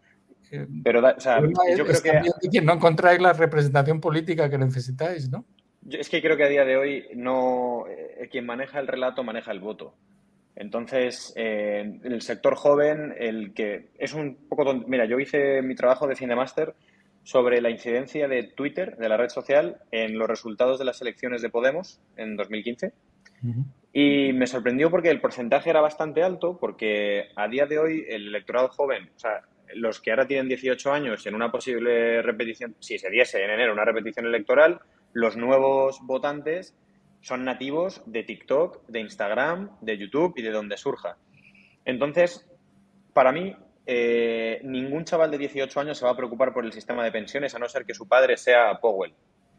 Pero, da, o sea, es, yo creo es que... que no encontráis la representación política que necesitáis, ¿no? Yo, es que creo que a día de hoy no eh, quien maneja el relato maneja el voto. Entonces, eh, el sector joven, el que es un poco... Mira, yo hice mi trabajo de fin de máster sobre la incidencia de Twitter, de la red social, en los resultados de las elecciones de Podemos en dos mil quince. Uh-huh. Y me sorprendió porque el porcentaje era bastante alto, porque a día de hoy el electorado joven, o sea, los que ahora tienen dieciocho años, en una posible repetición, si se diese en enero una repetición electoral, los nuevos votantes son nativos de TikTok, de Instagram, de YouTube y de donde surja. Entonces, para mí, eh, ningún chaval de dieciocho años se va a preocupar por el sistema de pensiones a no ser que su padre sea Powell.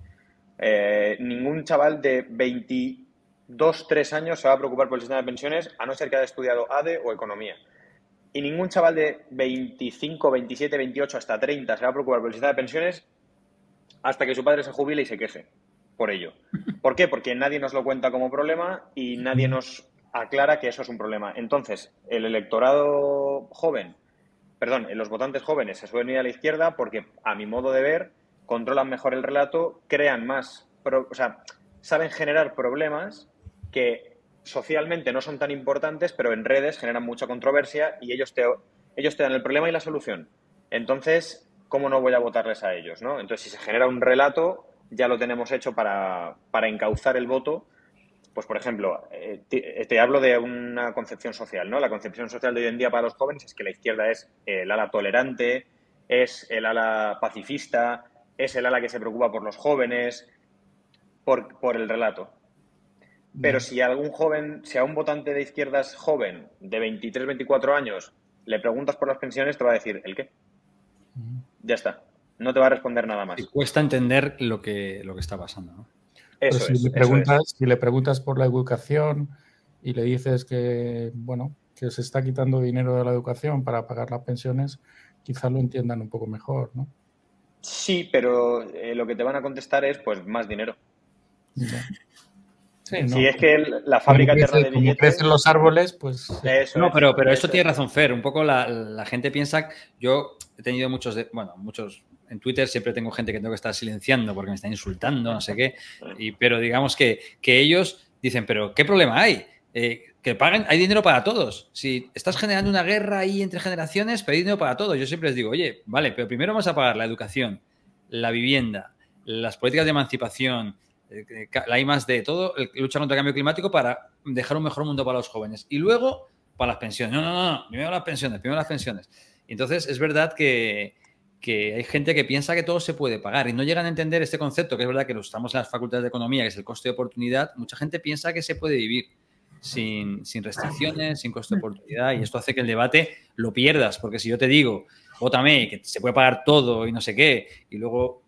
Eh, ningún chaval de veintidós, tres años se va a preocupar por el sistema de pensiones a no ser que haya estudiado A D E o Economía. Y ningún chaval de veinticinco, veintisiete, veintiocho hasta treinta se va a preocupar por el sistema de pensiones hasta que su padre se jubile y se queje por ello. ¿Por qué? Porque nadie nos lo cuenta como problema y nadie nos aclara que eso es un problema. Entonces, el electorado joven, perdón, los votantes jóvenes se suelen ir a la izquierda porque, a mi modo de ver, controlan mejor el relato, crean más, pro, o sea, saben generar problemas que socialmente no son tan importantes, pero en redes generan mucha controversia y ellos te, ellos te dan el problema y la solución. Entonces, ¿cómo no voy a votarles a ellos, ¿no? Entonces, si se genera un relato, ya lo tenemos hecho para, para encauzar el voto. Pues, por ejemplo, eh, te, te hablo de una concepción social, ¿no? La concepción social de hoy en día para los jóvenes es que la izquierda es el ala tolerante, es el ala pacifista, es el ala que se preocupa por los jóvenes, por, por el relato. Pero si a algún joven, si a un votante de izquierdas joven de veintitrés, veinticuatro años le preguntas por las pensiones, te va a decir, ¿el qué? Ya está. No te va a responder nada más. Y cuesta entender lo que, lo que está pasando, ¿no? Eso si, es, le preguntas, eso es. si le preguntas por la educación y le dices que, bueno, que se está quitando dinero de la educación para pagar las pensiones, quizás lo entiendan un poco mejor, ¿no? Sí, pero eh, lo que te van a contestar es, pues, más dinero. Ya. Sí, ¿no? Si sí, es que la fábrica crece, tierra de billetes... Como crecen los árboles, pues... Eso no, es, pero, pero eso esto tiene razón, Fer. Un poco la, la gente piensa... Yo he tenido muchos... De, bueno, muchos... En Twitter siempre tengo gente que tengo que estar silenciando porque me están insultando, no sé qué. Y, pero digamos que, que ellos dicen, pero ¿qué problema hay? Eh, que paguen, hay dinero para todos. Si estás generando una guerra ahí entre generaciones, pero hay dinero para todos. Yo siempre les digo, oye, vale, pero primero vamos a pagar la educación, la vivienda, las políticas de emancipación, la I más D, todo, el, lucha contra el cambio climático para dejar un mejor mundo para los jóvenes. Y luego, para las pensiones. No, no, no, no. Primero las pensiones, primero las pensiones. Entonces, es verdad que... que hay gente que piensa que todo se puede pagar y no llegan a entender este concepto, que es verdad que lo estamos en las facultades de economía, que es el coste de oportunidad. Mucha gente piensa que se puede vivir sin, sin restricciones, sin coste de oportunidad, y esto hace que el debate lo pierdas, porque si yo te digo, vótame, que se puede pagar todo y no sé qué, y luego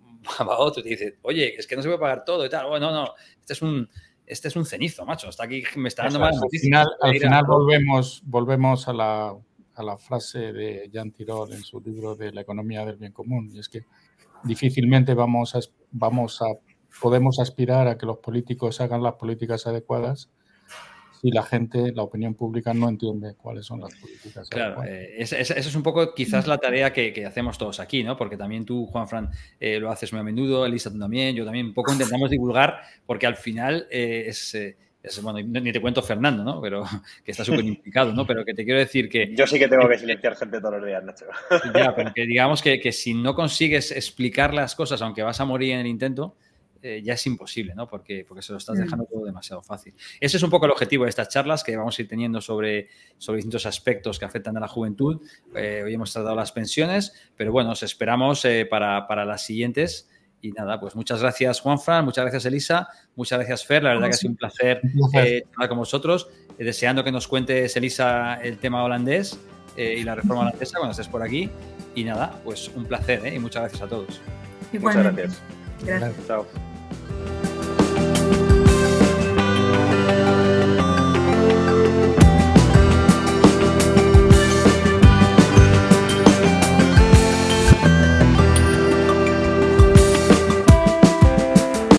va otro y te dice, oye, es que no se puede pagar todo y tal. Bueno, no, no, este es un, este es un cenizo, macho, hasta aquí me está dando malas noticias. Al final, al final volvemos, volvemos a la... a la frase de Jean Tirole en su libro de La economía del bien común, y es que difícilmente vamos a, vamos a, podemos aspirar a que los políticos hagan las políticas adecuadas si la gente, la opinión pública no entiende cuáles son las políticas claro, adecuadas. Eh, esa, esa es un poco quizás la tarea que, que hacemos todos aquí, ¿no? Porque también tú, Juanfran, eh, lo haces muy a menudo, Elisa tú también, yo también, un poco intentamos divulgar, porque al final eh, es... Eh, Es, bueno, ni te cuento Fernando, ¿no? Pero que está súper implicado, ¿no? Pero que te quiero decir que... Yo sí que tengo que silenciar gente todos los días, Nacho. Ya, pero que digamos que, que si no consigues explicar las cosas, aunque vas a morir en el intento, eh, ya es imposible, ¿no? Porque, porque se lo estás dejando todo demasiado fácil. Ese es un poco el objetivo de estas charlas que vamos a ir teniendo sobre, sobre distintos aspectos que afectan a la juventud. Eh, hoy hemos tratado las pensiones, pero bueno, os esperamos eh, para, para las siguientes. Y nada, pues muchas gracias, Juanfran, muchas gracias, Elisa, muchas gracias, Fer. La verdad que ha sido un placer eh, estar con vosotros. Eh, deseando que nos cuentes, Elisa, el tema holandés eh, y la reforma holandesa cuando estés por aquí. Y nada, pues un placer, ¿eh? Y muchas gracias a todos. Igualmente. Muchas gracias. Gracias. Chao.